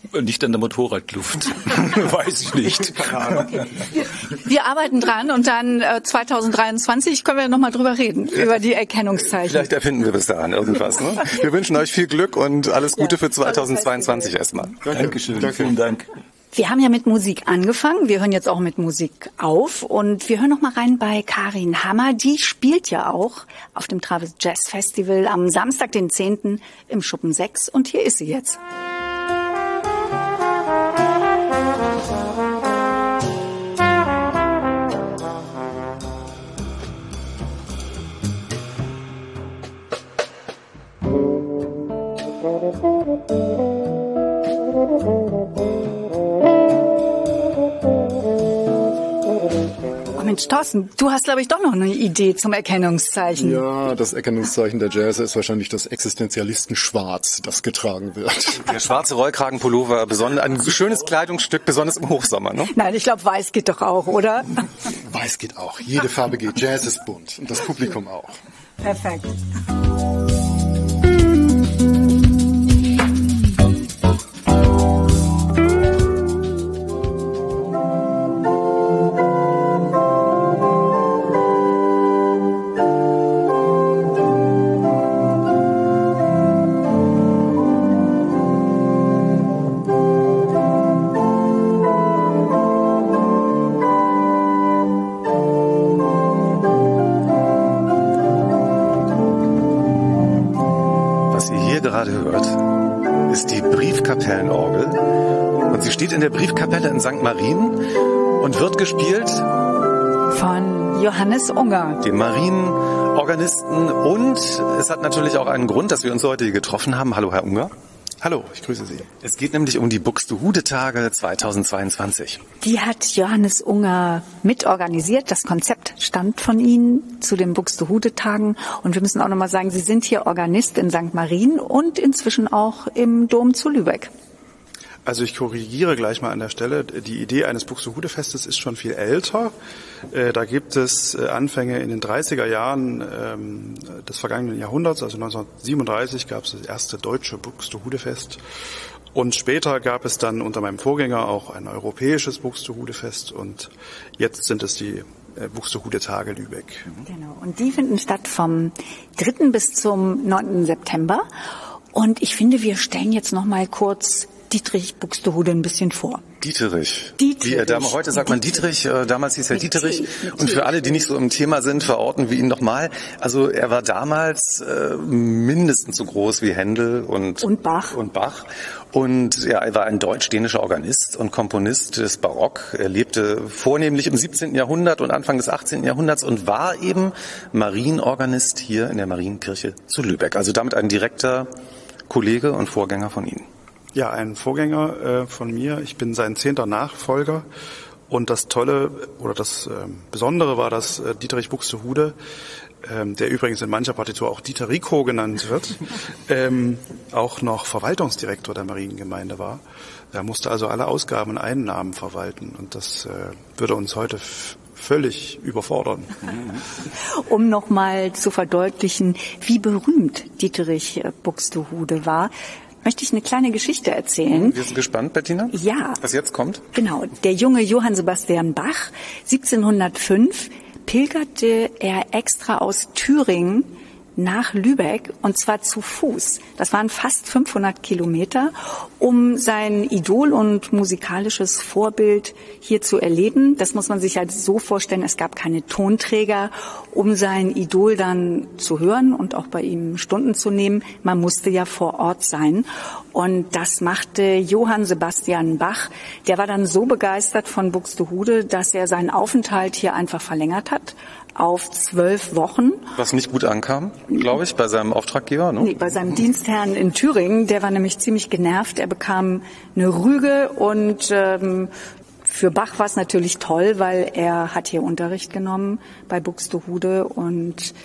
Nicht an der Motorradluft. Weiß ich nicht. Okay. Wir arbeiten dran und dann 2023 können wir nochmal drüber reden, über die Erkennungszeichen. Vielleicht erfinden wir bis dahin irgendwas. Ne? Wir wünschen euch viel Glück und alles Gute für 2022 erstmal. Dankeschön. Vielen Dank. Wir haben ja mit Musik angefangen, wir hören jetzt auch mit Musik auf und wir hören noch mal rein bei Karin Hammer. Die spielt ja auch auf dem Travis Jazz Festival am Samstag, den 10. im Schuppen 6 und hier ist sie jetzt. Oh Mensch, Thorsten, du hast, glaube ich, doch noch eine Idee zum Erkennungszeichen. Ja, das Erkennungszeichen der Jazzer ist wahrscheinlich das Existenzialisten-Schwarz, das getragen wird. Der schwarze Rollkragenpullover, ein schönes Kleidungsstück, besonders im Hochsommer, ne? Nein, ich glaube, weiß geht doch auch, oder? Weiß geht auch. Jede Farbe geht. Jazz ist bunt. Und das Publikum auch. Perfekt. gerade hört, ist die Briefkapellenorgel. Und sie steht in der Briefkapelle in St. Marien und wird gespielt von Johannes Unger, dem Marienorganisten. Und es hat natürlich auch einen Grund, dass wir uns heute hier getroffen haben. Hallo, Herr Unger. Hallo, ich grüße Sie. Es geht nämlich um die Buxtehude-Tage 2022. Die hat Johannes Unger mitorganisiert. Das Konzept stammt von Ihnen zu den Buxtehude-Tagen. Und wir müssen auch nochmal sagen, Sie sind hier Organist in St. Marien und inzwischen auch im Dom zu Lübeck. Also ich korrigiere gleich mal an der Stelle. Die Idee eines Buxtehude-Festes ist schon viel älter. Da gibt es Anfänge in den 30er Jahren des vergangenen Jahrhunderts. Also 1937 gab es das erste deutsche Buxtehude-Fest. Und später gab es dann unter meinem Vorgänger auch ein europäisches Buxtehude-Fest. Und jetzt sind es die Buxtehude-Tage Lübeck. Genau. Und die finden statt vom 3. bis zum 9. September. Und ich finde, wir stellen jetzt noch mal kurz Dietrich Buxtehude ein bisschen vor. Dieterich. Heute sagt man Dietrich, damals hieß er Dieterich. Und für alle, die nicht so im Thema sind, verorten wir ihn nochmal. Also er war damals mindestens so groß wie Händel und Bach. Und ja, er war ein deutsch-dänischer Organist und Komponist des Barock. Er lebte vornehmlich im 17. Jahrhundert und Anfang des 18. Jahrhunderts und war eben Marienorganist hier in der Marienkirche zu Lübeck. Also damit ein direkter Kollege und Vorgänger von Ihnen. Ja, ein Vorgänger von mir. Ich bin sein 10. Nachfolger. Und das Tolle oder das Besondere war, dass Dietrich Buxtehude, der übrigens in mancher Partitur auch Dieterico genannt wird, auch noch Verwaltungsdirektor der Mariengemeinde war. Er musste also alle Ausgaben und Einnahmen verwalten. Und das würde uns heute völlig überfordern. Um nochmal zu verdeutlichen, wie berühmt Dietrich Buxtehude war, möchte ich eine kleine Geschichte erzählen. Wir sind gespannt, Bettina. Ja. Was jetzt kommt? Genau. Der junge Johann Sebastian Bach, 1705, pilgerte er extra aus Thüringen nach Lübeck, und zwar zu Fuß. Das waren fast 500 Kilometer, um sein Idol und musikalisches Vorbild hier zu erleben. Das muss man sich halt so vorstellen, es gab keine Tonträger, um sein Idol dann zu hören und auch bei ihm Stunden zu nehmen. Man musste ja vor Ort sein. Und das machte Johann Sebastian Bach. Der war dann so begeistert von Buxtehude, dass er seinen Aufenthalt hier einfach verlängert hat auf 12 Wochen. Was nicht gut ankam, glaube ich, bei seinem Auftraggeber, ne? Nee, bei seinem Dienstherrn in Thüringen. Der war nämlich ziemlich genervt. Er bekam eine Rüge und für Bach war es natürlich toll, weil er hat hier Unterricht genommen bei Buxtehude und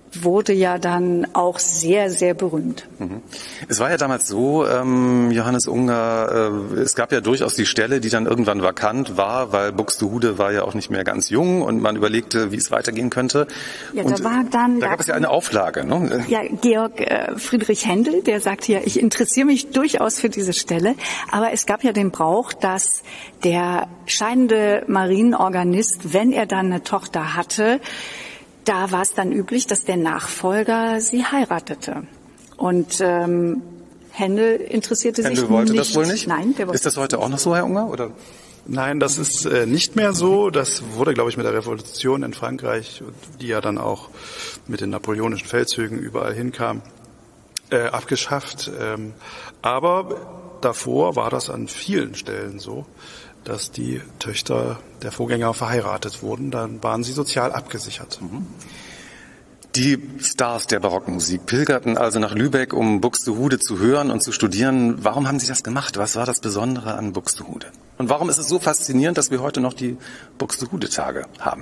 wurde ja dann auch sehr, sehr berühmt. Es war ja damals so, Johannes Unger, es gab ja durchaus die Stelle, die dann irgendwann vakant war, weil Buxtehude war ja auch nicht mehr ganz jung und man überlegte, wie es weitergehen könnte. Ja, und da gab es ja eine Auflage. Ne? Ja, Georg Friedrich Händel, der sagte ja, ich interessiere mich durchaus für diese Stelle, aber es gab ja den Brauch, dass der scheidende Marienorganist, wenn er dann eine Tochter hatte, da war es dann üblich, dass der Nachfolger sie heiratete. Und Händel interessierte sich nicht. Händel wollte das wohl nicht? Nein, der wollte. Ist das heute auch noch so, Herr Unger? Oder? Nein, das ist nicht mehr so. Das wurde, glaube ich, mit der Revolution in Frankreich, die ja dann auch mit den napoleonischen Feldzügen überall hinkam, abgeschafft. Aber davor war das an vielen Stellen so, dass die Töchter der Vorgänger verheiratet wurden. Dann waren sie sozial abgesichert. Die Stars der Barockmusik pilgerten also nach Lübeck, um Buxtehude zu hören und zu studieren. Warum haben sie das gemacht? Was war das Besondere an Buxtehude? Und warum ist es so faszinierend, dass wir heute noch die Buxtehude-Tage haben?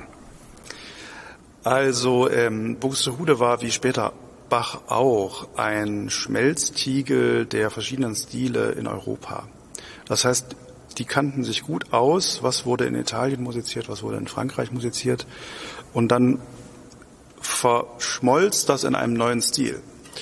Also Buxtehude war wie später Bach auch ein Schmelztiegel der verschiedenen Stile in Europa. Das heißt, die kannten sich gut aus, was wurde in Italien musiziert, was wurde in Frankreich musiziert, und dann verschmolz das in einem neuen Stil.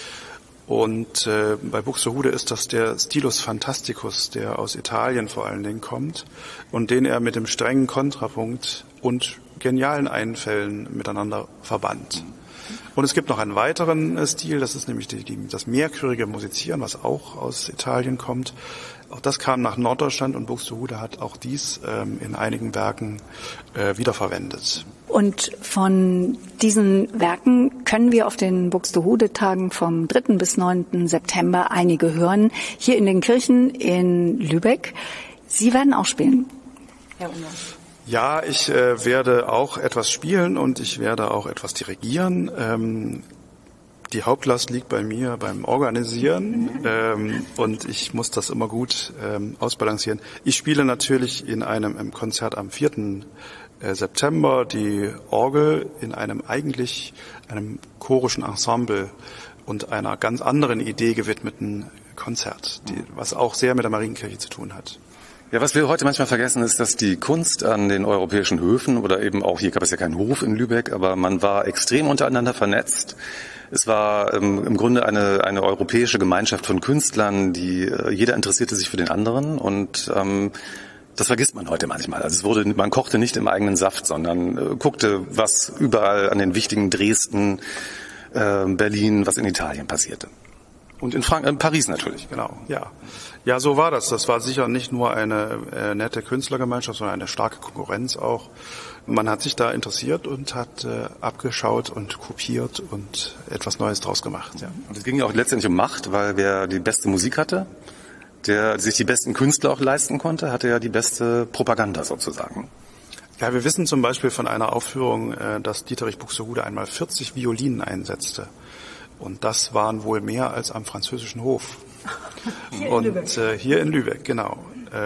Und bei Buxtehude ist das der Stilus Fantasticus, der aus Italien vor allen Dingen kommt und den er mit dem strengen Kontrapunkt und genialen Einfällen miteinander verband. Und es gibt noch einen weiteren Stil, das ist nämlich das mehrchörige Musizieren, was auch aus Italien kommt. Auch das kam nach Norddeutschland und Buxtehude hat auch dies in einigen Werken wiederverwendet. Und von diesen Werken können wir auf den Buxtehude-Tagen vom 3. bis 9. September einige hören, hier in den Kirchen in Lübeck. Sie werden auch spielen, Herr Unger. Ja, ich werde auch etwas spielen und ich werde auch etwas dirigieren. Die Hauptlast liegt bei mir beim Organisieren und ich muss das immer gut ausbalancieren. Ich spiele natürlich in einem Konzert am 4. September die Orgel in einem chorischen Ensemble und einer ganz anderen Idee gewidmeten Konzert, was auch sehr mit der Marienkirche zu tun hat. Ja, was wir heute manchmal vergessen, ist, dass die Kunst an den europäischen Höfen oder eben auch, hier gab es ja keinen Hof in Lübeck, aber man war extrem untereinander vernetzt. Es war im Grunde eine europäische Gemeinschaft von Künstlern, jeder interessierte sich für den anderen und das vergisst man heute manchmal. Also man kochte nicht im eigenen Saft, sondern guckte, was überall an den wichtigen Dresden, Berlin, was in Italien passierte. Und in Paris natürlich. Genau, ja. Ja, so war das. Das war sicher nicht nur eine nette Künstlergemeinschaft, sondern eine starke Konkurrenz auch. Man hat sich da interessiert und hat abgeschaut und kopiert und etwas Neues draus gemacht. Ja. Und es ging ja auch letztendlich um Macht, weil wer die beste Musik hatte, der sich die besten Künstler auch leisten konnte, hatte ja die beste Propaganda sozusagen. Ja, wir wissen zum Beispiel von einer Aufführung, dass Dieterich Buxtehude einmal 40 Violinen einsetzte. Und das waren wohl mehr als am französischen Hof. Hier in Lübeck, genau.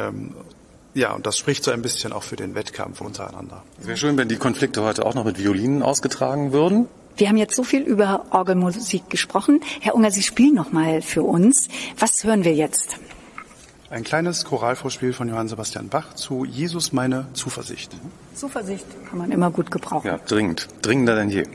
Ja, und das spricht so ein bisschen auch für den Wettkampf untereinander. Es wäre schön, wenn die Konflikte heute auch noch mit Violinen ausgetragen würden. Wir haben jetzt so viel über Orgelmusik gesprochen. Herr Unger, Sie spielen noch mal für uns. Was hören wir jetzt? Ein kleines Choralvorspiel von Johann Sebastian Bach zu Jesus meine Zuversicht. Zuversicht kann man immer gut gebrauchen. Ja, dringend. Dringender denn je.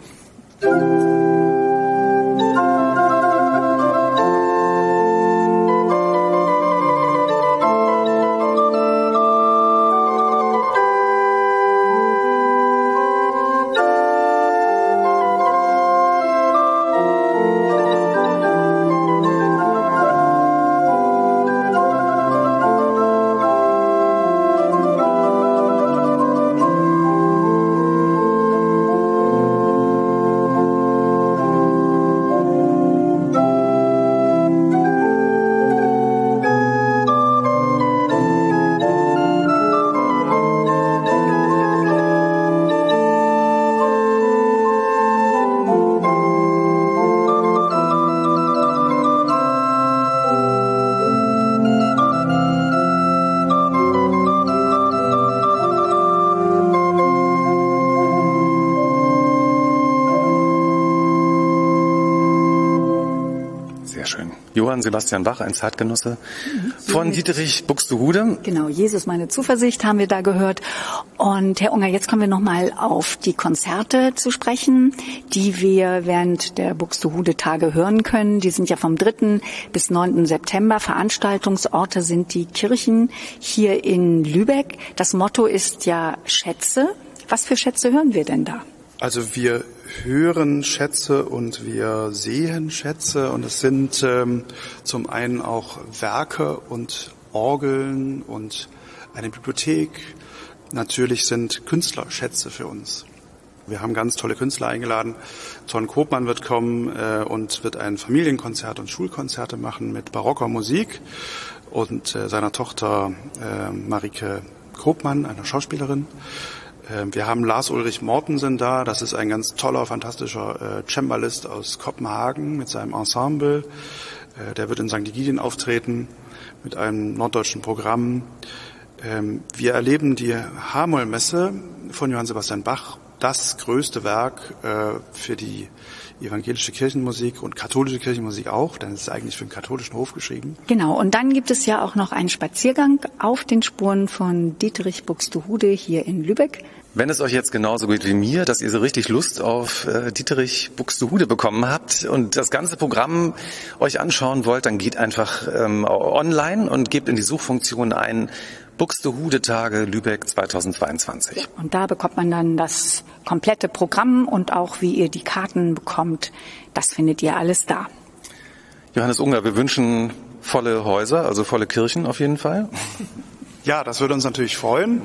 Johann Sebastian Bach, ein Zeitgenosse von Dietrich Buxtehude. Genau, Jesus, meine Zuversicht haben wir da gehört. Und Herr Unger, jetzt kommen wir nochmal auf die Konzerte zu sprechen, die wir während der Buxtehude-Tage hören können. Die sind ja vom 3. bis 9. September. Veranstaltungsorte sind die Kirchen hier in Lübeck. Das Motto ist ja Schätze. Was für Schätze hören wir denn da? Also wir hören Schätze und wir sehen Schätze und es sind zum einen auch Werke und Orgeln und eine Bibliothek. Natürlich sind Künstlerschätze für uns. Wir haben ganz tolle Künstler eingeladen. Ton Koopman wird kommen und wird ein Familienkonzert und Schulkonzerte machen mit barocker Musik und seiner Tochter Marike Koopman, einer Schauspielerin. Wir haben Lars Ulrich Mortensen da, das ist ein ganz toller, fantastischer Cembalist aus Kopenhagen mit seinem Ensemble. Der wird in St. Egidien auftreten mit einem norddeutschen Programm. Wir erleben die H-Moll-Messe von Johann Sebastian Bach, das größte Werk für die evangelische Kirchenmusik und katholische Kirchenmusik auch, denn es ist eigentlich für den katholischen Hof geschrieben. Genau, und dann gibt es ja auch noch einen Spaziergang auf den Spuren von Dietrich Buxtehude hier in Lübeck. Wenn es euch jetzt genauso geht wie mir, dass ihr so richtig Lust auf Dietrich Buxtehude bekommen habt und das ganze Programm euch anschauen wollt, dann geht einfach online und gebt in die Suchfunktion ein Buxtehude-Tage Lübeck 2022. Und da bekommt man dann das komplette Programm und auch wie ihr die Karten bekommt, das findet ihr alles da. Johannes Unger, wir wünschen volle Häuser, also volle Kirchen auf jeden Fall. Ja, das würde uns natürlich freuen.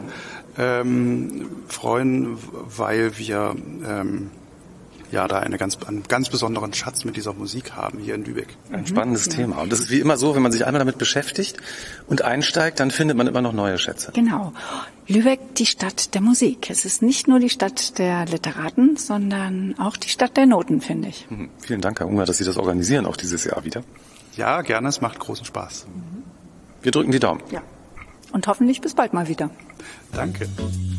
Weil wir da einen ganz besonderen Schatz mit dieser Musik haben hier in Lübeck. Ein spannendes Thema. Und das ist wie immer so, wenn man sich einmal damit beschäftigt und einsteigt, dann findet man immer noch neue Schätze. Genau. Lübeck, die Stadt der Musik. Es ist nicht nur die Stadt der Literaten, sondern auch die Stadt der Noten, finde ich. Vielen Dank, Herr Unger, dass Sie das organisieren, auch dieses Jahr wieder. Ja, gerne. Es macht großen Spaß. Wir drücken die Daumen. Ja. Und hoffentlich bis bald mal wieder. Danke.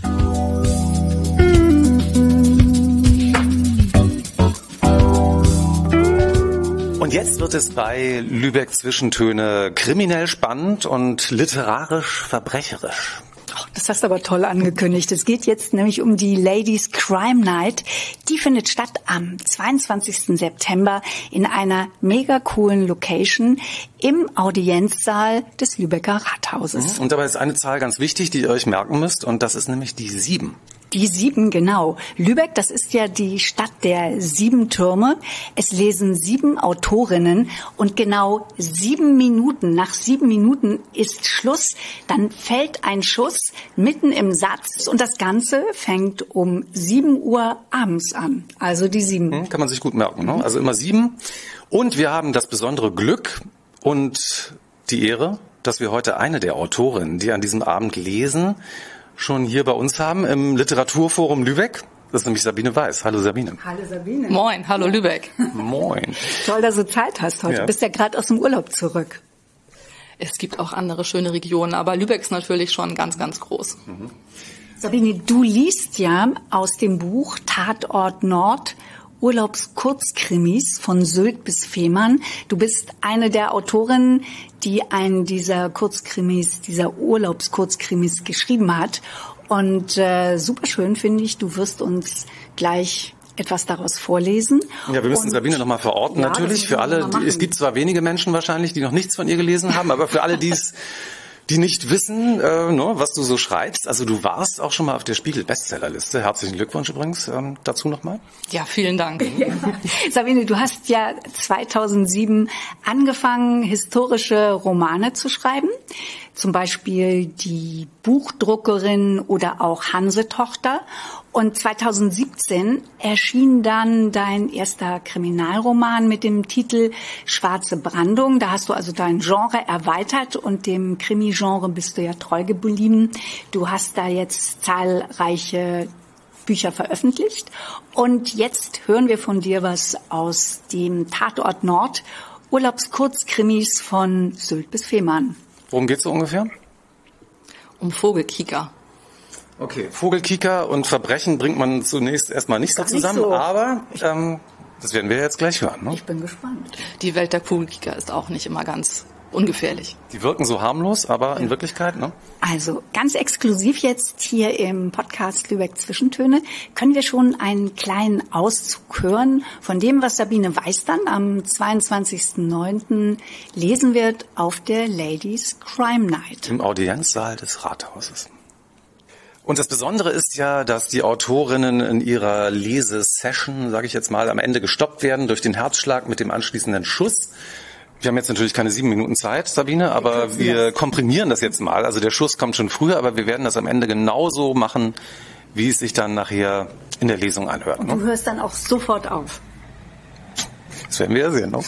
Und jetzt wird es bei Lübeck Zwischentöne kriminell spannend und literarisch verbrecherisch. Das hast du aber toll angekündigt. Es geht jetzt nämlich um die Ladies Crime Night. Die findet statt am 22. September in einer mega coolen Location im Audienzsaal des Lübecker Rathauses. Und dabei ist eine Zahl ganz wichtig, die ihr euch merken müsst, und das ist nämlich die 7. Die 7, genau. Lübeck, das ist ja die Stadt der 7 Türme. Es lesen 7 Autorinnen und genau 7 Minuten, nach 7 Minuten ist Schluss. Dann fällt ein Schuss mitten im Satz und das Ganze fängt um 7 Uhr abends an. Also die 7. Kann man sich gut merken, ne? Also immer 7. Und wir haben das besondere Glück und die Ehre, dass wir heute eine der Autorinnen, die an diesem Abend lesen, schon hier bei uns haben im Literaturforum Lübeck. Das ist nämlich Sabine Weiß. Hallo Sabine. Hallo Sabine. Moin, hallo Lübeck. Moin. Toll, dass du Zeit hast heute. Du bist ja gerade aus dem Urlaub zurück. Es gibt auch andere schöne Regionen, aber Lübeck ist natürlich schon ganz, ganz groß. Sabine, du liest ja aus dem Buch Tatort Nord Urlaubskurzkrimis von Sylt bis Fehmarn. Du bist eine der Autorinnen, die einen dieser Kurzkrimis, dieser Urlaubskurzkrimis geschrieben hat. Und super schön finde ich, du wirst uns gleich etwas daraus vorlesen. Ja, wir müssen Sabine nochmal verorten, ja, natürlich. Für alle, es gibt zwar wenige Menschen wahrscheinlich, die noch nichts von ihr gelesen haben, aber für alle, die nicht wissen, was du so schreibst. Also du warst auch schon mal auf der Spiegel-Bestsellerliste. Herzlichen Glückwunsch übrigens dazu nochmal. Ja, vielen Dank. Ja. Sabine, du hast ja 2007 angefangen, historische Romane zu schreiben. Zum Beispiel Die Buchdruckerin oder auch Hansetochter. Und 2017 erschien dann dein erster Kriminalroman mit dem Titel Schwarze Brandung. Da hast du also dein Genre erweitert und dem Krimi-Genre bist du ja treu geblieben. Du hast da jetzt zahlreiche Bücher veröffentlicht. Und jetzt hören wir von dir was aus dem Tatort Nord, Urlaubskurzkrimis von Sylt bis Fehmarn. Worum geht's so ungefähr? Um Vogelkieker. Okay, Vogelkieker und Verbrechen bringt man zunächst erstmal nicht so zusammen, so. Aber Das werden wir jetzt gleich hören, ne? Ich bin gespannt. Die Welt der Kugelkicker ist auch nicht immer ganz ungefährlich. Die wirken so harmlos, aber in Wirklichkeit, ne? Also ganz exklusiv jetzt hier im Podcast Lübeck Zwischentöne können wir schon einen kleinen Auszug hören von dem, was Sabine Weiß dann am 22.09. lesen wird auf der Ladies Crime Night. Im Audienzsaal des Rathauses. Und das Besondere ist ja, dass die Autorinnen in ihrer Lesesession, sage ich jetzt mal, am Ende gestoppt werden durch den Herzschlag mit dem anschließenden Schuss. Wir haben jetzt natürlich keine 7 Minuten Zeit, Sabine, aber wir komprimieren das jetzt mal. Also der Schuss kommt schon früher, aber wir werden das am Ende genauso machen, wie es sich dann nachher in der Lesung anhört. Und du hörst dann auch sofort auf. Das werden wir ja sehen, ne?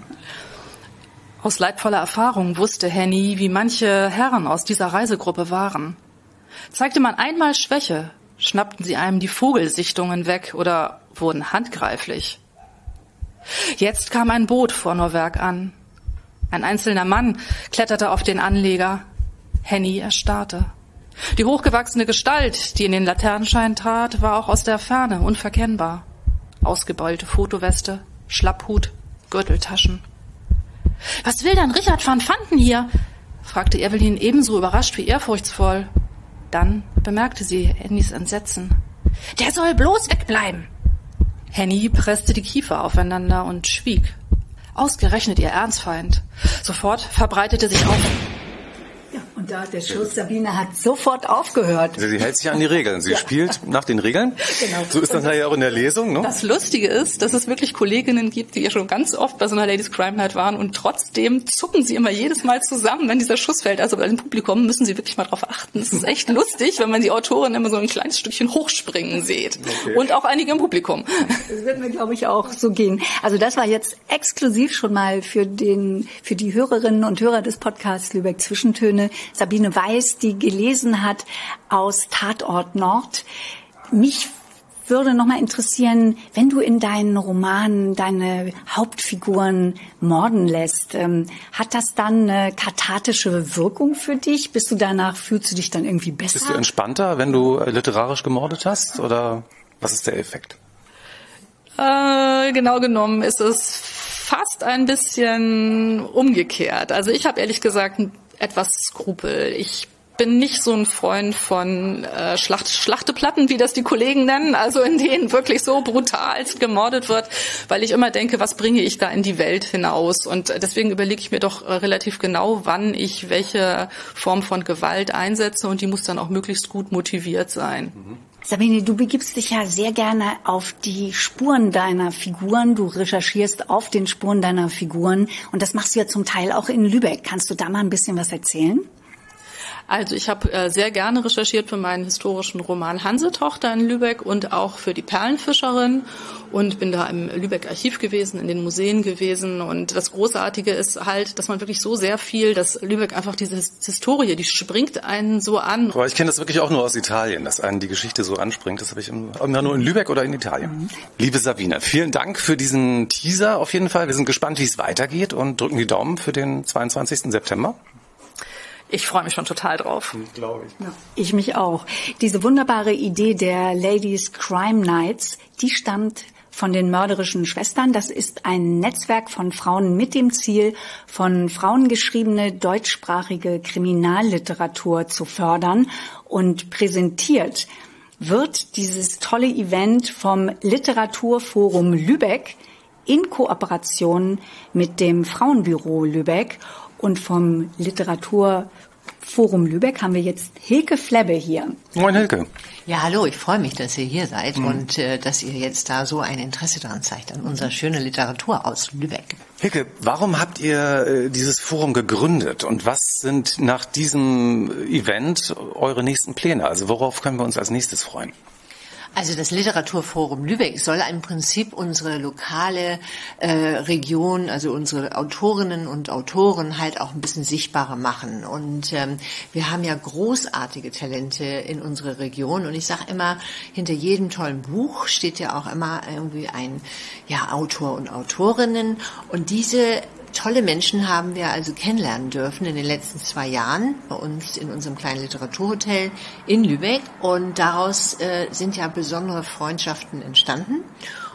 Aus leidvoller Erfahrung wusste Henny, wie manche Herren aus dieser Reisegruppe waren. Zeigte man einmal Schwäche, schnappten sie einem die Vogelsichtungen weg oder wurden handgreiflich. Jetzt kam ein Boot vor Noorwerk an. Ein einzelner Mann kletterte auf den Anleger. Henny erstarrte. Die hochgewachsene Gestalt, die in den Laternenschein trat, war auch aus der Ferne unverkennbar. Ausgebeulte Fotoweste, Schlapphut, Gürteltaschen. »Was will denn Richard van Fanten hier?« fragte Evelyn ebenso überrascht wie ehrfurchtsvoll. Dann bemerkte sie Hennys Entsetzen. »Der soll bloß wegbleiben!« Henny presste die Kiefer aufeinander und schwieg. Ausgerechnet ihr Ernstfeind. Sofort verbreitete sich auf. Ja, und da hat der Schuss, Sabine hat sofort aufgehört. Sie hält sich an die Regeln. Sie spielt nach den Regeln. Genau. So ist das ja auch in der Lesung, ne? Das Lustige ist, dass es wirklich Kolleginnen gibt, die ja schon ganz oft bei so einer Ladies Crime Night waren und trotzdem zucken sie immer jedes Mal zusammen, wenn dieser Schuss fällt. Also bei dem Publikum müssen sie wirklich mal drauf achten. Es ist echt lustig, wenn man die Autorin immer so ein kleines Stückchen hochspringen sieht. Okay. Und auch einige im Publikum. Das wird mir, glaube ich, auch so gehen. Also das war jetzt exklusiv schon mal für die Hörerinnen und Hörer des Podcasts Lübeck Zwischentöne. Sabine Weiß, die gelesen hat aus Tatort Nord. Mich würde noch mal interessieren, wenn du in deinen Romanen deine Hauptfiguren morden lässt, hat das dann eine kathartische Wirkung für dich? Fühlst du dich dann irgendwie besser? Bist du entspannter, wenn du literarisch gemordet hast? Oder was ist der Effekt? Genau genommen ist es fast ein bisschen umgekehrt. Also ich habe ehrlich gesagt etwas Skrupel. Ich bin nicht so ein Freund von Schlachteplatten, wie das die Kollegen nennen, also in denen wirklich so brutal gemordet wird, weil ich immer denke, was bringe ich da in die Welt hinaus? Und deswegen überlege ich mir doch relativ genau, wann ich welche Form von Gewalt einsetze, und die muss dann auch möglichst gut motiviert sein. Sabine, du begibst dich ja sehr gerne auf die Spuren deiner Figuren. Du recherchierst auf den Spuren deiner Figuren. Und das machst du ja zum Teil auch in Lübeck. Kannst du da mal ein bisschen was erzählen? Also ich habe sehr gerne recherchiert für meinen historischen Roman Hansetochter in Lübeck und auch für die Perlenfischerin und bin da im Lübeck-Archiv gewesen, in den Museen gewesen. Und das Großartige ist halt, dass man wirklich so sehr viel, dass Lübeck einfach diese Historie, die springt einen so an. Aber ich kenne das wirklich auch nur aus Italien, dass einen die Geschichte so anspringt. Das habe ich immer nur in Lübeck oder in Italien. Liebe Sabine, vielen Dank für diesen Teaser auf jeden Fall. Wir sind gespannt, wie es weitergeht und drücken die Daumen für den 22. September. Ich freue mich schon total drauf. Glaube ich. Ja, ich mich auch. Diese wunderbare Idee der Ladies Crime Nights, die stammt von den mörderischen Schwestern. Das ist ein Netzwerk von Frauen mit dem Ziel, von Frauen geschriebene deutschsprachige Kriminalliteratur zu fördern. Und präsentiert wird dieses tolle Event vom Literaturforum Lübeck in Kooperation mit dem Frauenbüro Lübeck. Und vom Literaturforum Lübeck haben wir jetzt Hilke Flebbe hier. Moin Hilke. Ja, hallo, ich freue mich, dass ihr hier seid und dass ihr jetzt da so ein Interesse daran zeigt, an unserer schönen Literatur aus Lübeck. Hilke, warum habt ihr dieses Forum gegründet und was sind nach diesem Event eure nächsten Pläne? Also worauf können wir uns als nächstes freuen? Also das Literaturforum Lübeck soll im Prinzip unsere lokale Region, also unsere Autorinnen und Autoren halt auch ein bisschen sichtbarer machen. Und wir haben ja großartige Talente in unserer Region. Und ich sage immer, hinter jedem tollen Buch steht ja auch immer irgendwie ein Autor und Autorinnen. Und diese tolle Menschen haben wir also kennenlernen dürfen in den letzten 2 Jahren bei uns in unserem kleinen Literaturhotel in Lübeck. Und daraus sind ja besondere Freundschaften entstanden.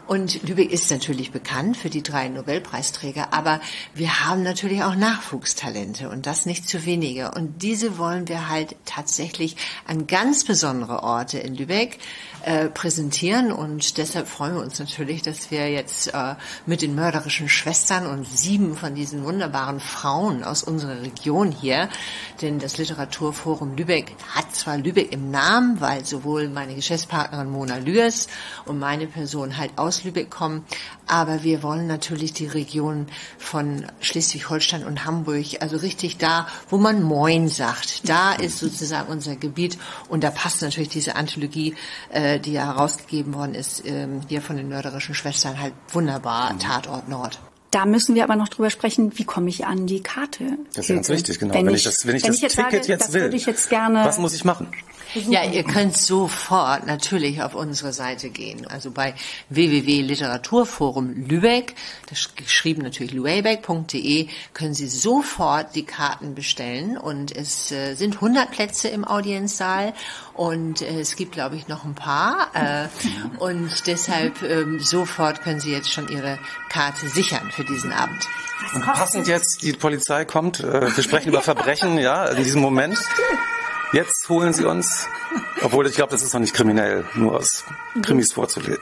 Und Lübeck ist natürlich bekannt für die 3 Nobelpreisträger, aber wir haben natürlich auch Nachwuchstalente und das nicht zu wenige. Und diese wollen wir halt tatsächlich an ganz besondere Orte in Lübeck präsentieren und deshalb freuen wir uns natürlich, dass wir jetzt mit den mörderischen Schwestern und 7 von diesen wunderbaren Frauen aus unserer Region hier, denn das Literaturforum Lübeck hat zwar Lübeck im Namen, weil sowohl meine Geschäftspartnerin Mona Lührs und meine Person halt aus Lübeck kommen, aber wir wollen natürlich die Region von Schleswig-Holstein und Hamburg, also richtig da, wo man Moin sagt, da ist sozusagen unser Gebiet und da passt natürlich diese Anthologie, die ja herausgegeben worden ist, hier von den mörderischen Schwestern halt wunderbar, Tatort Nord. Da müssen wir aber noch drüber sprechen, wie komme ich an die Karte? Das ist ja ganz wichtig, genau. Wenn ich das Ticket jetzt will, würde ich jetzt gerne. Was muss ich machen? Ja, ihr könnt sofort natürlich auf unsere Seite gehen. Also bei www.literaturforum Lübeck, das geschrieben natürlich luebeck.de, können Sie sofort die Karten bestellen. Und es sind 100 Plätze im Audienzsaal und es gibt, glaube ich, noch ein paar. Und deshalb sofort können Sie jetzt schon Ihre Karte sichern für diesen Abend. Und passend jetzt, die Polizei kommt, wir sprechen über Verbrechen, ja, in diesem Moment. Jetzt holen Sie uns, obwohl ich glaube, das ist noch nicht kriminell, nur aus Krimis vorzulesen.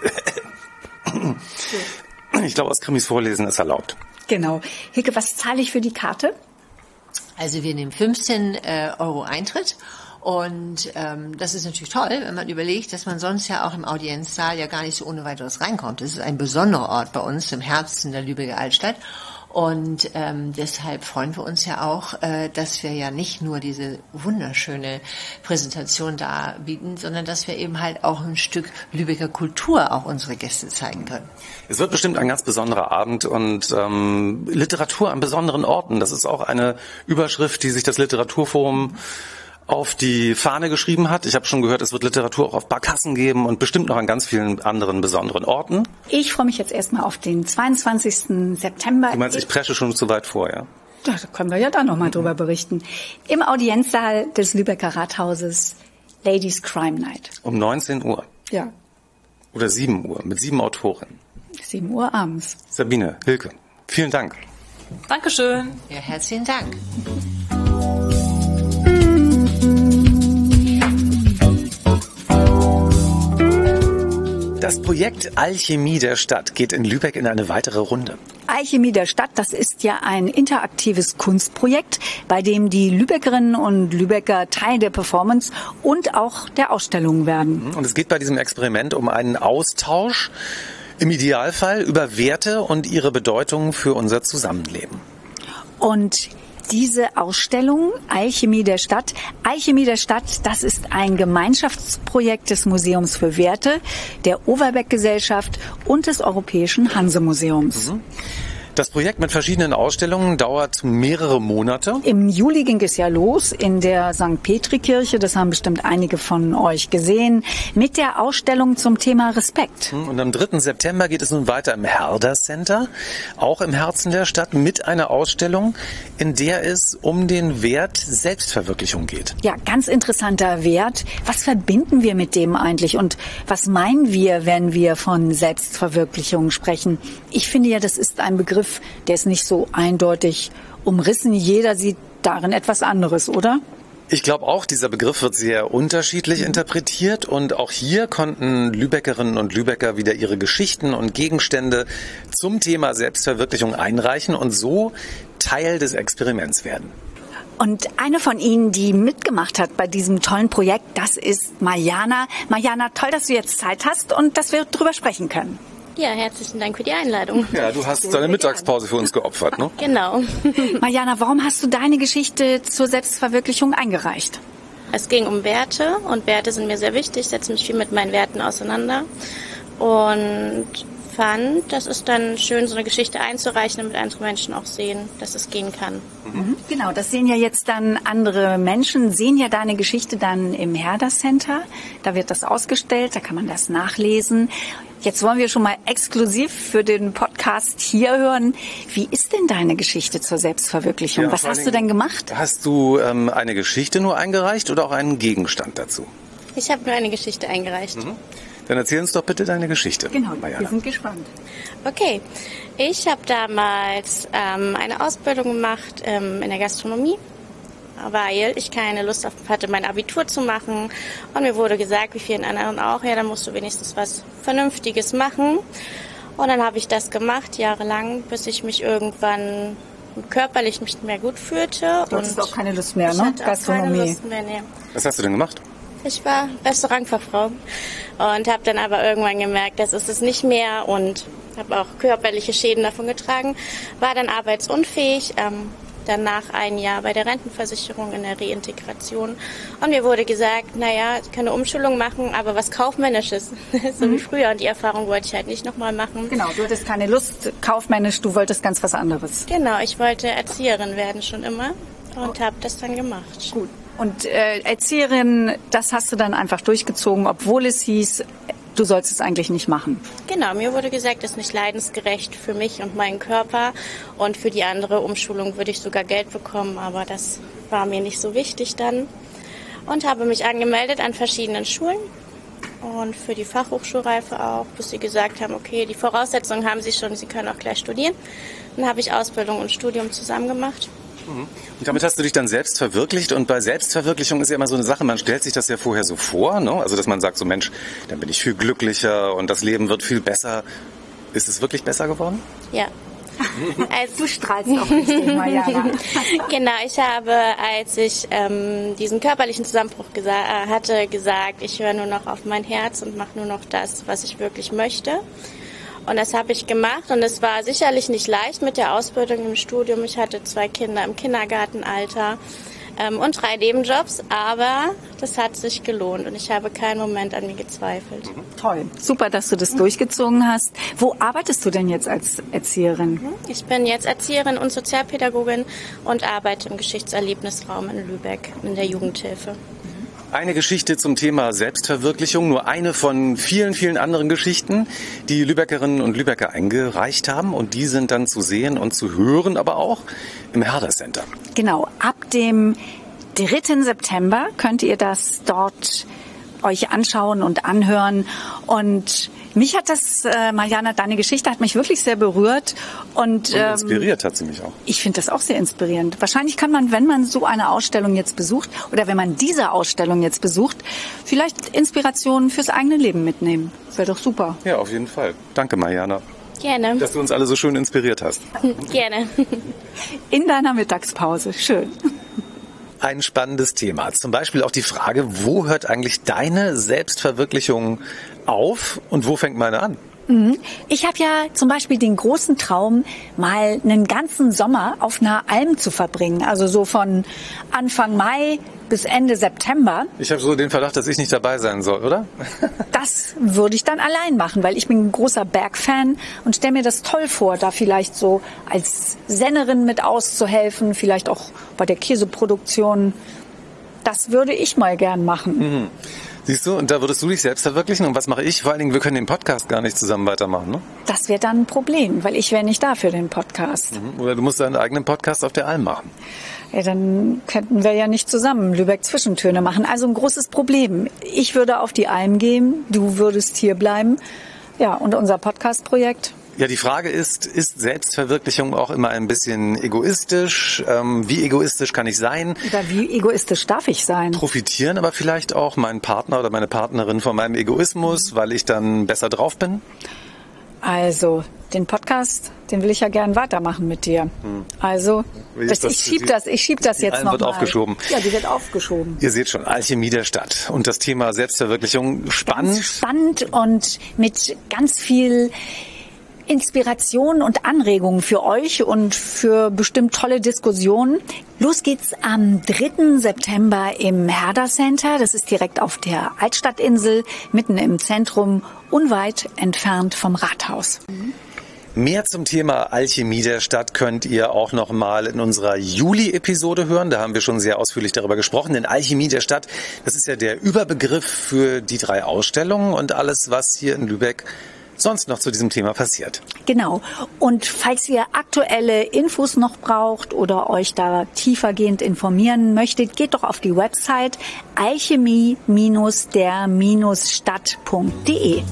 Ich glaube, aus Krimis vorlesen ist erlaubt. Genau. Hilke, was zahle ich für die Karte? Also wir nehmen 15 Euro Eintritt. Und das ist natürlich toll, wenn man überlegt, dass man sonst ja auch im Audienzsaal ja gar nicht so ohne weiteres reinkommt. Das ist ein besonderer Ort bei uns im Herzen der Lübecker Altstadt. Und deshalb freuen wir uns ja auch, dass wir ja nicht nur diese wunderschöne Präsentation da bieten, sondern dass wir eben halt auch ein Stück Lübecker Kultur auch unsere Gäste zeigen können. Es wird bestimmt ein ganz besonderer Abend und Literatur an besonderen Orten. Das ist auch eine Überschrift, die sich das Literaturforum auf die Fahne geschrieben hat. Ich habe schon gehört, es wird Literatur auch auf Barkassen geben und bestimmt noch an ganz vielen anderen besonderen Orten. Ich freue mich jetzt erstmal auf den 22. September. Du meinst, ich presche schon zu weit vor, ja? Da können wir ja dann nochmal drüber berichten. Im Audienzsaal des Lübecker Rathauses Ladies Crime Night. Um 19 Uhr. Ja. Oder 7 Uhr mit 7 Autorinnen. 7 Uhr abends. Sabine, Hilke, vielen Dank. Dankeschön. Ja, herzlichen Dank. Das Projekt Alchemie der Stadt geht in Lübeck in eine weitere Runde. Alchemie der Stadt, das ist ja ein interaktives Kunstprojekt, bei dem die Lübeckerinnen und Lübecker Teil der Performance und auch der Ausstellung werden. Und es geht bei diesem Experiment um einen Austausch, im Idealfall über Werte und ihre Bedeutung für unser Zusammenleben. Und diese Ausstellung Alchemie der Stadt, das ist ein Gemeinschaftsprojekt des Museums für Werte, der Overbeck-Gesellschaft und des Europäischen Hanse-Museums. Das Projekt mit verschiedenen Ausstellungen dauert mehrere Monate. Im Juli ging es ja los in der St. Petri-Kirche, das haben bestimmt einige von euch gesehen, mit der Ausstellung zum Thema Respekt. Und am 3. September geht es nun weiter im Herder Center, auch im Herzen der Stadt, mit einer Ausstellung, in der es um den Wert Selbstverwirklichung geht. Ja, ganz interessanter Wert. Was verbinden wir mit dem eigentlich und was meinen wir, wenn wir von Selbstverwirklichung sprechen? Ich finde ja, das ist ein Begriff, der ist nicht so eindeutig umrissen. Jeder sieht darin etwas anderes, oder? Ich glaube auch, dieser Begriff wird sehr unterschiedlich interpretiert und auch hier konnten Lübeckerinnen und Lübecker wieder ihre Geschichten und Gegenstände zum Thema Selbstverwirklichung einreichen und so Teil des Experiments werden. Und eine von Ihnen, die mitgemacht hat bei diesem tollen Projekt, das ist Mariana. Mariana, toll, dass du jetzt Zeit hast und dass wir drüber sprechen können. Ja, herzlichen Dank für die Einladung. Ja, du hast deine Mittagspause für uns geopfert, ne? Genau. Mariana, warum hast du deine Geschichte zur Selbstverwirklichung eingereicht? Es ging um Werte und Werte sind mir sehr wichtig. Ich setze mich viel mit meinen Werten auseinander und fand, das ist dann schön, so eine Geschichte einzureichen, damit andere Menschen auch sehen, dass es gehen kann. Genau, das sehen ja jetzt dann andere Menschen, sehen ja deine Geschichte dann im Herder Center. Da wird das ausgestellt, da kann man das nachlesen. Jetzt wollen wir schon mal exklusiv für den Podcast hier hören. Wie ist denn deine Geschichte zur Selbstverwirklichung? Ja, was hast du denn gemacht? Hast du eine Geschichte nur eingereicht oder auch einen Gegenstand dazu? Ich habe nur eine Geschichte eingereicht. Dann erzähl uns doch bitte deine Geschichte. Genau, Mariana. wir sind gespannt. Okay, ich habe damals eine Ausbildung gemacht in der Gastronomie, weil ich keine Lust hatte, mein Abitur zu machen. Und mir wurde gesagt, wie vielen anderen auch, ja, dann musst du wenigstens was Vernünftiges machen. Und dann habe ich das gemacht, jahrelang, bis ich mich irgendwann körperlich nicht mehr gut fühlte. Du hattest auch keine Lust mehr, ne? Gastronomie. Keine Lust mehr, nee. Was hast du denn gemacht? Ich war Restaurantfachfrau und habe dann aber irgendwann gemerkt, das ist es nicht mehr und habe auch körperliche Schäden davon getragen, war dann arbeitsunfähig, danach ein Jahr bei der Rentenversicherung in der Reintegration und mir wurde gesagt, naja, ich kann eine Umschulung machen, aber was Kaufmännisches, so wie früher und die Erfahrung wollte ich halt nicht nochmal machen. Genau, du hattest keine Lust kaufmännisch, du wolltest ganz was anderes. Genau, ich wollte Erzieherin werden schon immer und habe das dann gemacht. Gut. Und Erzieherin, das hast du dann einfach durchgezogen, obwohl es hieß, du sollst es eigentlich nicht machen. Genau, mir wurde gesagt, das ist nicht leidensgerecht für mich und meinen Körper. Und für die andere Umschulung würde ich sogar Geld bekommen, aber das war mir nicht so wichtig dann. Und habe mich angemeldet an verschiedenen Schulen und für die Fachhochschulreife auch, bis sie gesagt haben, okay, die Voraussetzungen haben sie schon, sie können auch gleich studieren. Dann habe ich Ausbildung und Studium zusammen gemacht. Und damit hast du dich dann selbst verwirklicht und bei Selbstverwirklichung ist ja immer so eine Sache, man stellt sich das ja vorher so vor, ne? Also dass man sagt so, Mensch, dann bin ich viel glücklicher und das Leben wird viel besser. Ist es wirklich besser geworden? Ja. Du strahlst auch richtig, Mariana. Genau, ich habe, als ich diesen körperlichen Zusammenbruch hatte, gesagt, ich höre nur noch auf mein Herz und mache nur noch das, was ich wirklich möchte. Und das habe ich gemacht und es war sicherlich nicht leicht mit der Ausbildung im Studium. Ich hatte 2 Kinder im Kindergartenalter und 3 Nebenjobs, aber das hat sich gelohnt und ich habe keinen Moment an mir gezweifelt. Toll, super, dass du das durchgezogen hast. Wo arbeitest du denn jetzt als Erzieherin? Ich bin jetzt Erzieherin und Sozialpädagogin und arbeite im Geschichtserlebnisraum in Lübeck in der Jugendhilfe. Eine Geschichte zum Thema Selbstverwirklichung, nur eine von vielen, vielen anderen Geschichten, die Lübeckerinnen und Lübecker eingereicht haben. Und die sind dann zu sehen und zu hören, aber auch im Herder Center. Genau, ab dem 3. September könnt ihr das dort euch anschauen und anhören. Und mich hat das, Mariana, deine Geschichte hat mich wirklich sehr berührt. Und inspiriert hat sie mich auch. Ich finde das auch sehr inspirierend. Wahrscheinlich kann man, wenn man so eine Ausstellung jetzt besucht oder wenn man diese Ausstellung jetzt besucht, vielleicht Inspirationen fürs eigene Leben mitnehmen. Wäre doch super. Ja, auf jeden Fall. Danke, Mariana. Gerne. Dass du uns alle so schön inspiriert hast. Gerne. In deiner Mittagspause. Schön. Ein spannendes Thema. Zum Beispiel auch die Frage, wo hört eigentlich deine Selbstverwirklichung auf und wo fängt meine an? Ich habe ja zum Beispiel den großen Traum, mal einen ganzen Sommer auf einer Alm zu verbringen. Also so von Anfang Mai bis Ende September. Ich habe so den Verdacht, dass ich nicht dabei sein soll, oder? Das würde ich dann allein machen, weil ich bin ein großer Bergfan und stelle mir das toll vor, da vielleicht so als Sennerin mit auszuhelfen, vielleicht auch bei der Käseproduktion. Das würde ich mal gern machen. Siehst du, und da würdest du dich selbst verwirklichen. Und was mache ich? Vor allen Dingen, wir können den Podcast gar nicht zusammen weitermachen, ne? Das wäre dann ein Problem, weil ich wäre nicht da für den Podcast. Oder du musst deinen eigenen Podcast auf der Alm machen. Ja, dann könnten wir ja nicht zusammen Lübeck Zwischentöne machen. Also ein großes Problem. Ich würde auf die Alm gehen, du würdest hier bleiben. Ja, und unser Podcast-Projekt? Ja, die Frage ist Selbstverwirklichung auch immer ein bisschen egoistisch? Wie egoistisch kann ich sein? Oder wie egoistisch darf ich sein? Profitieren aber vielleicht auch mein Partner oder meine Partnerin von meinem Egoismus, weil ich dann besser drauf bin? Also, den Podcast, den will ich ja gern weitermachen mit dir. Also, ich schieb das jetzt noch wird mal. aufgeschoben. Ja, die wird aufgeschoben. Ihr seht schon, Alchemie der Stadt und das Thema Selbstverwirklichung spannend. Ganz spannend und mit ganz viel Inspiration und Anregungen für euch und für bestimmt tolle Diskussionen. Los geht's am 3. September im Herder Center. Das ist direkt auf der Altstadtinsel, mitten im Zentrum, unweit entfernt vom Rathaus. Mehr zum Thema Alchemie der Stadt könnt ihr auch noch mal in unserer Juli-Episode hören. Da haben wir schon sehr ausführlich darüber gesprochen. Denn Alchemie der Stadt, das ist ja der Überbegriff für die 3 Ausstellungen und alles, was hier in Lübeck sonst noch zu diesem Thema passiert. Genau. Und falls ihr aktuelle Infos noch braucht oder euch da tiefergehend informieren möchtet, geht doch auf die Website alchemie-der-stadt.de.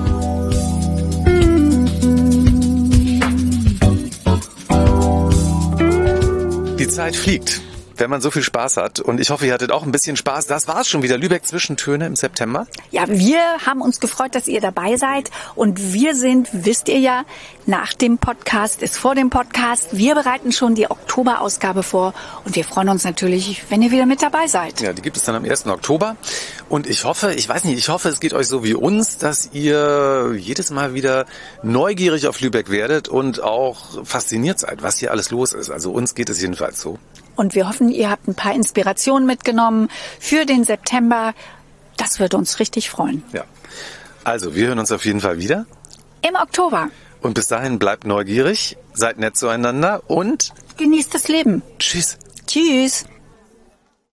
Die Zeit fliegt, wenn man so viel Spaß hat. Und ich hoffe, ihr hattet auch ein bisschen Spaß. Das war's schon wieder. Lübeck Zwischentöne im September. Ja, wir haben uns gefreut, dass ihr dabei seid. Und wir sind, wisst ihr ja, nach dem Podcast ist vor dem Podcast. Wir bereiten schon die Oktoberausgabe vor. Und wir freuen uns natürlich, wenn ihr wieder mit dabei seid. Ja, die gibt es dann am 1. Oktober. Und ich hoffe, es geht euch so wie uns, dass ihr jedes Mal wieder neugierig auf Lübeck werdet und auch fasziniert seid, was hier alles los ist. Also uns geht es jedenfalls so. Und wir hoffen, ihr habt ein paar Inspirationen mitgenommen für den September. Das würde uns richtig freuen. Ja. Also, wir hören uns auf jeden Fall wieder. Im Oktober. Und bis dahin bleibt neugierig, seid nett zueinander und genießt das Leben. Tschüss. Tschüss.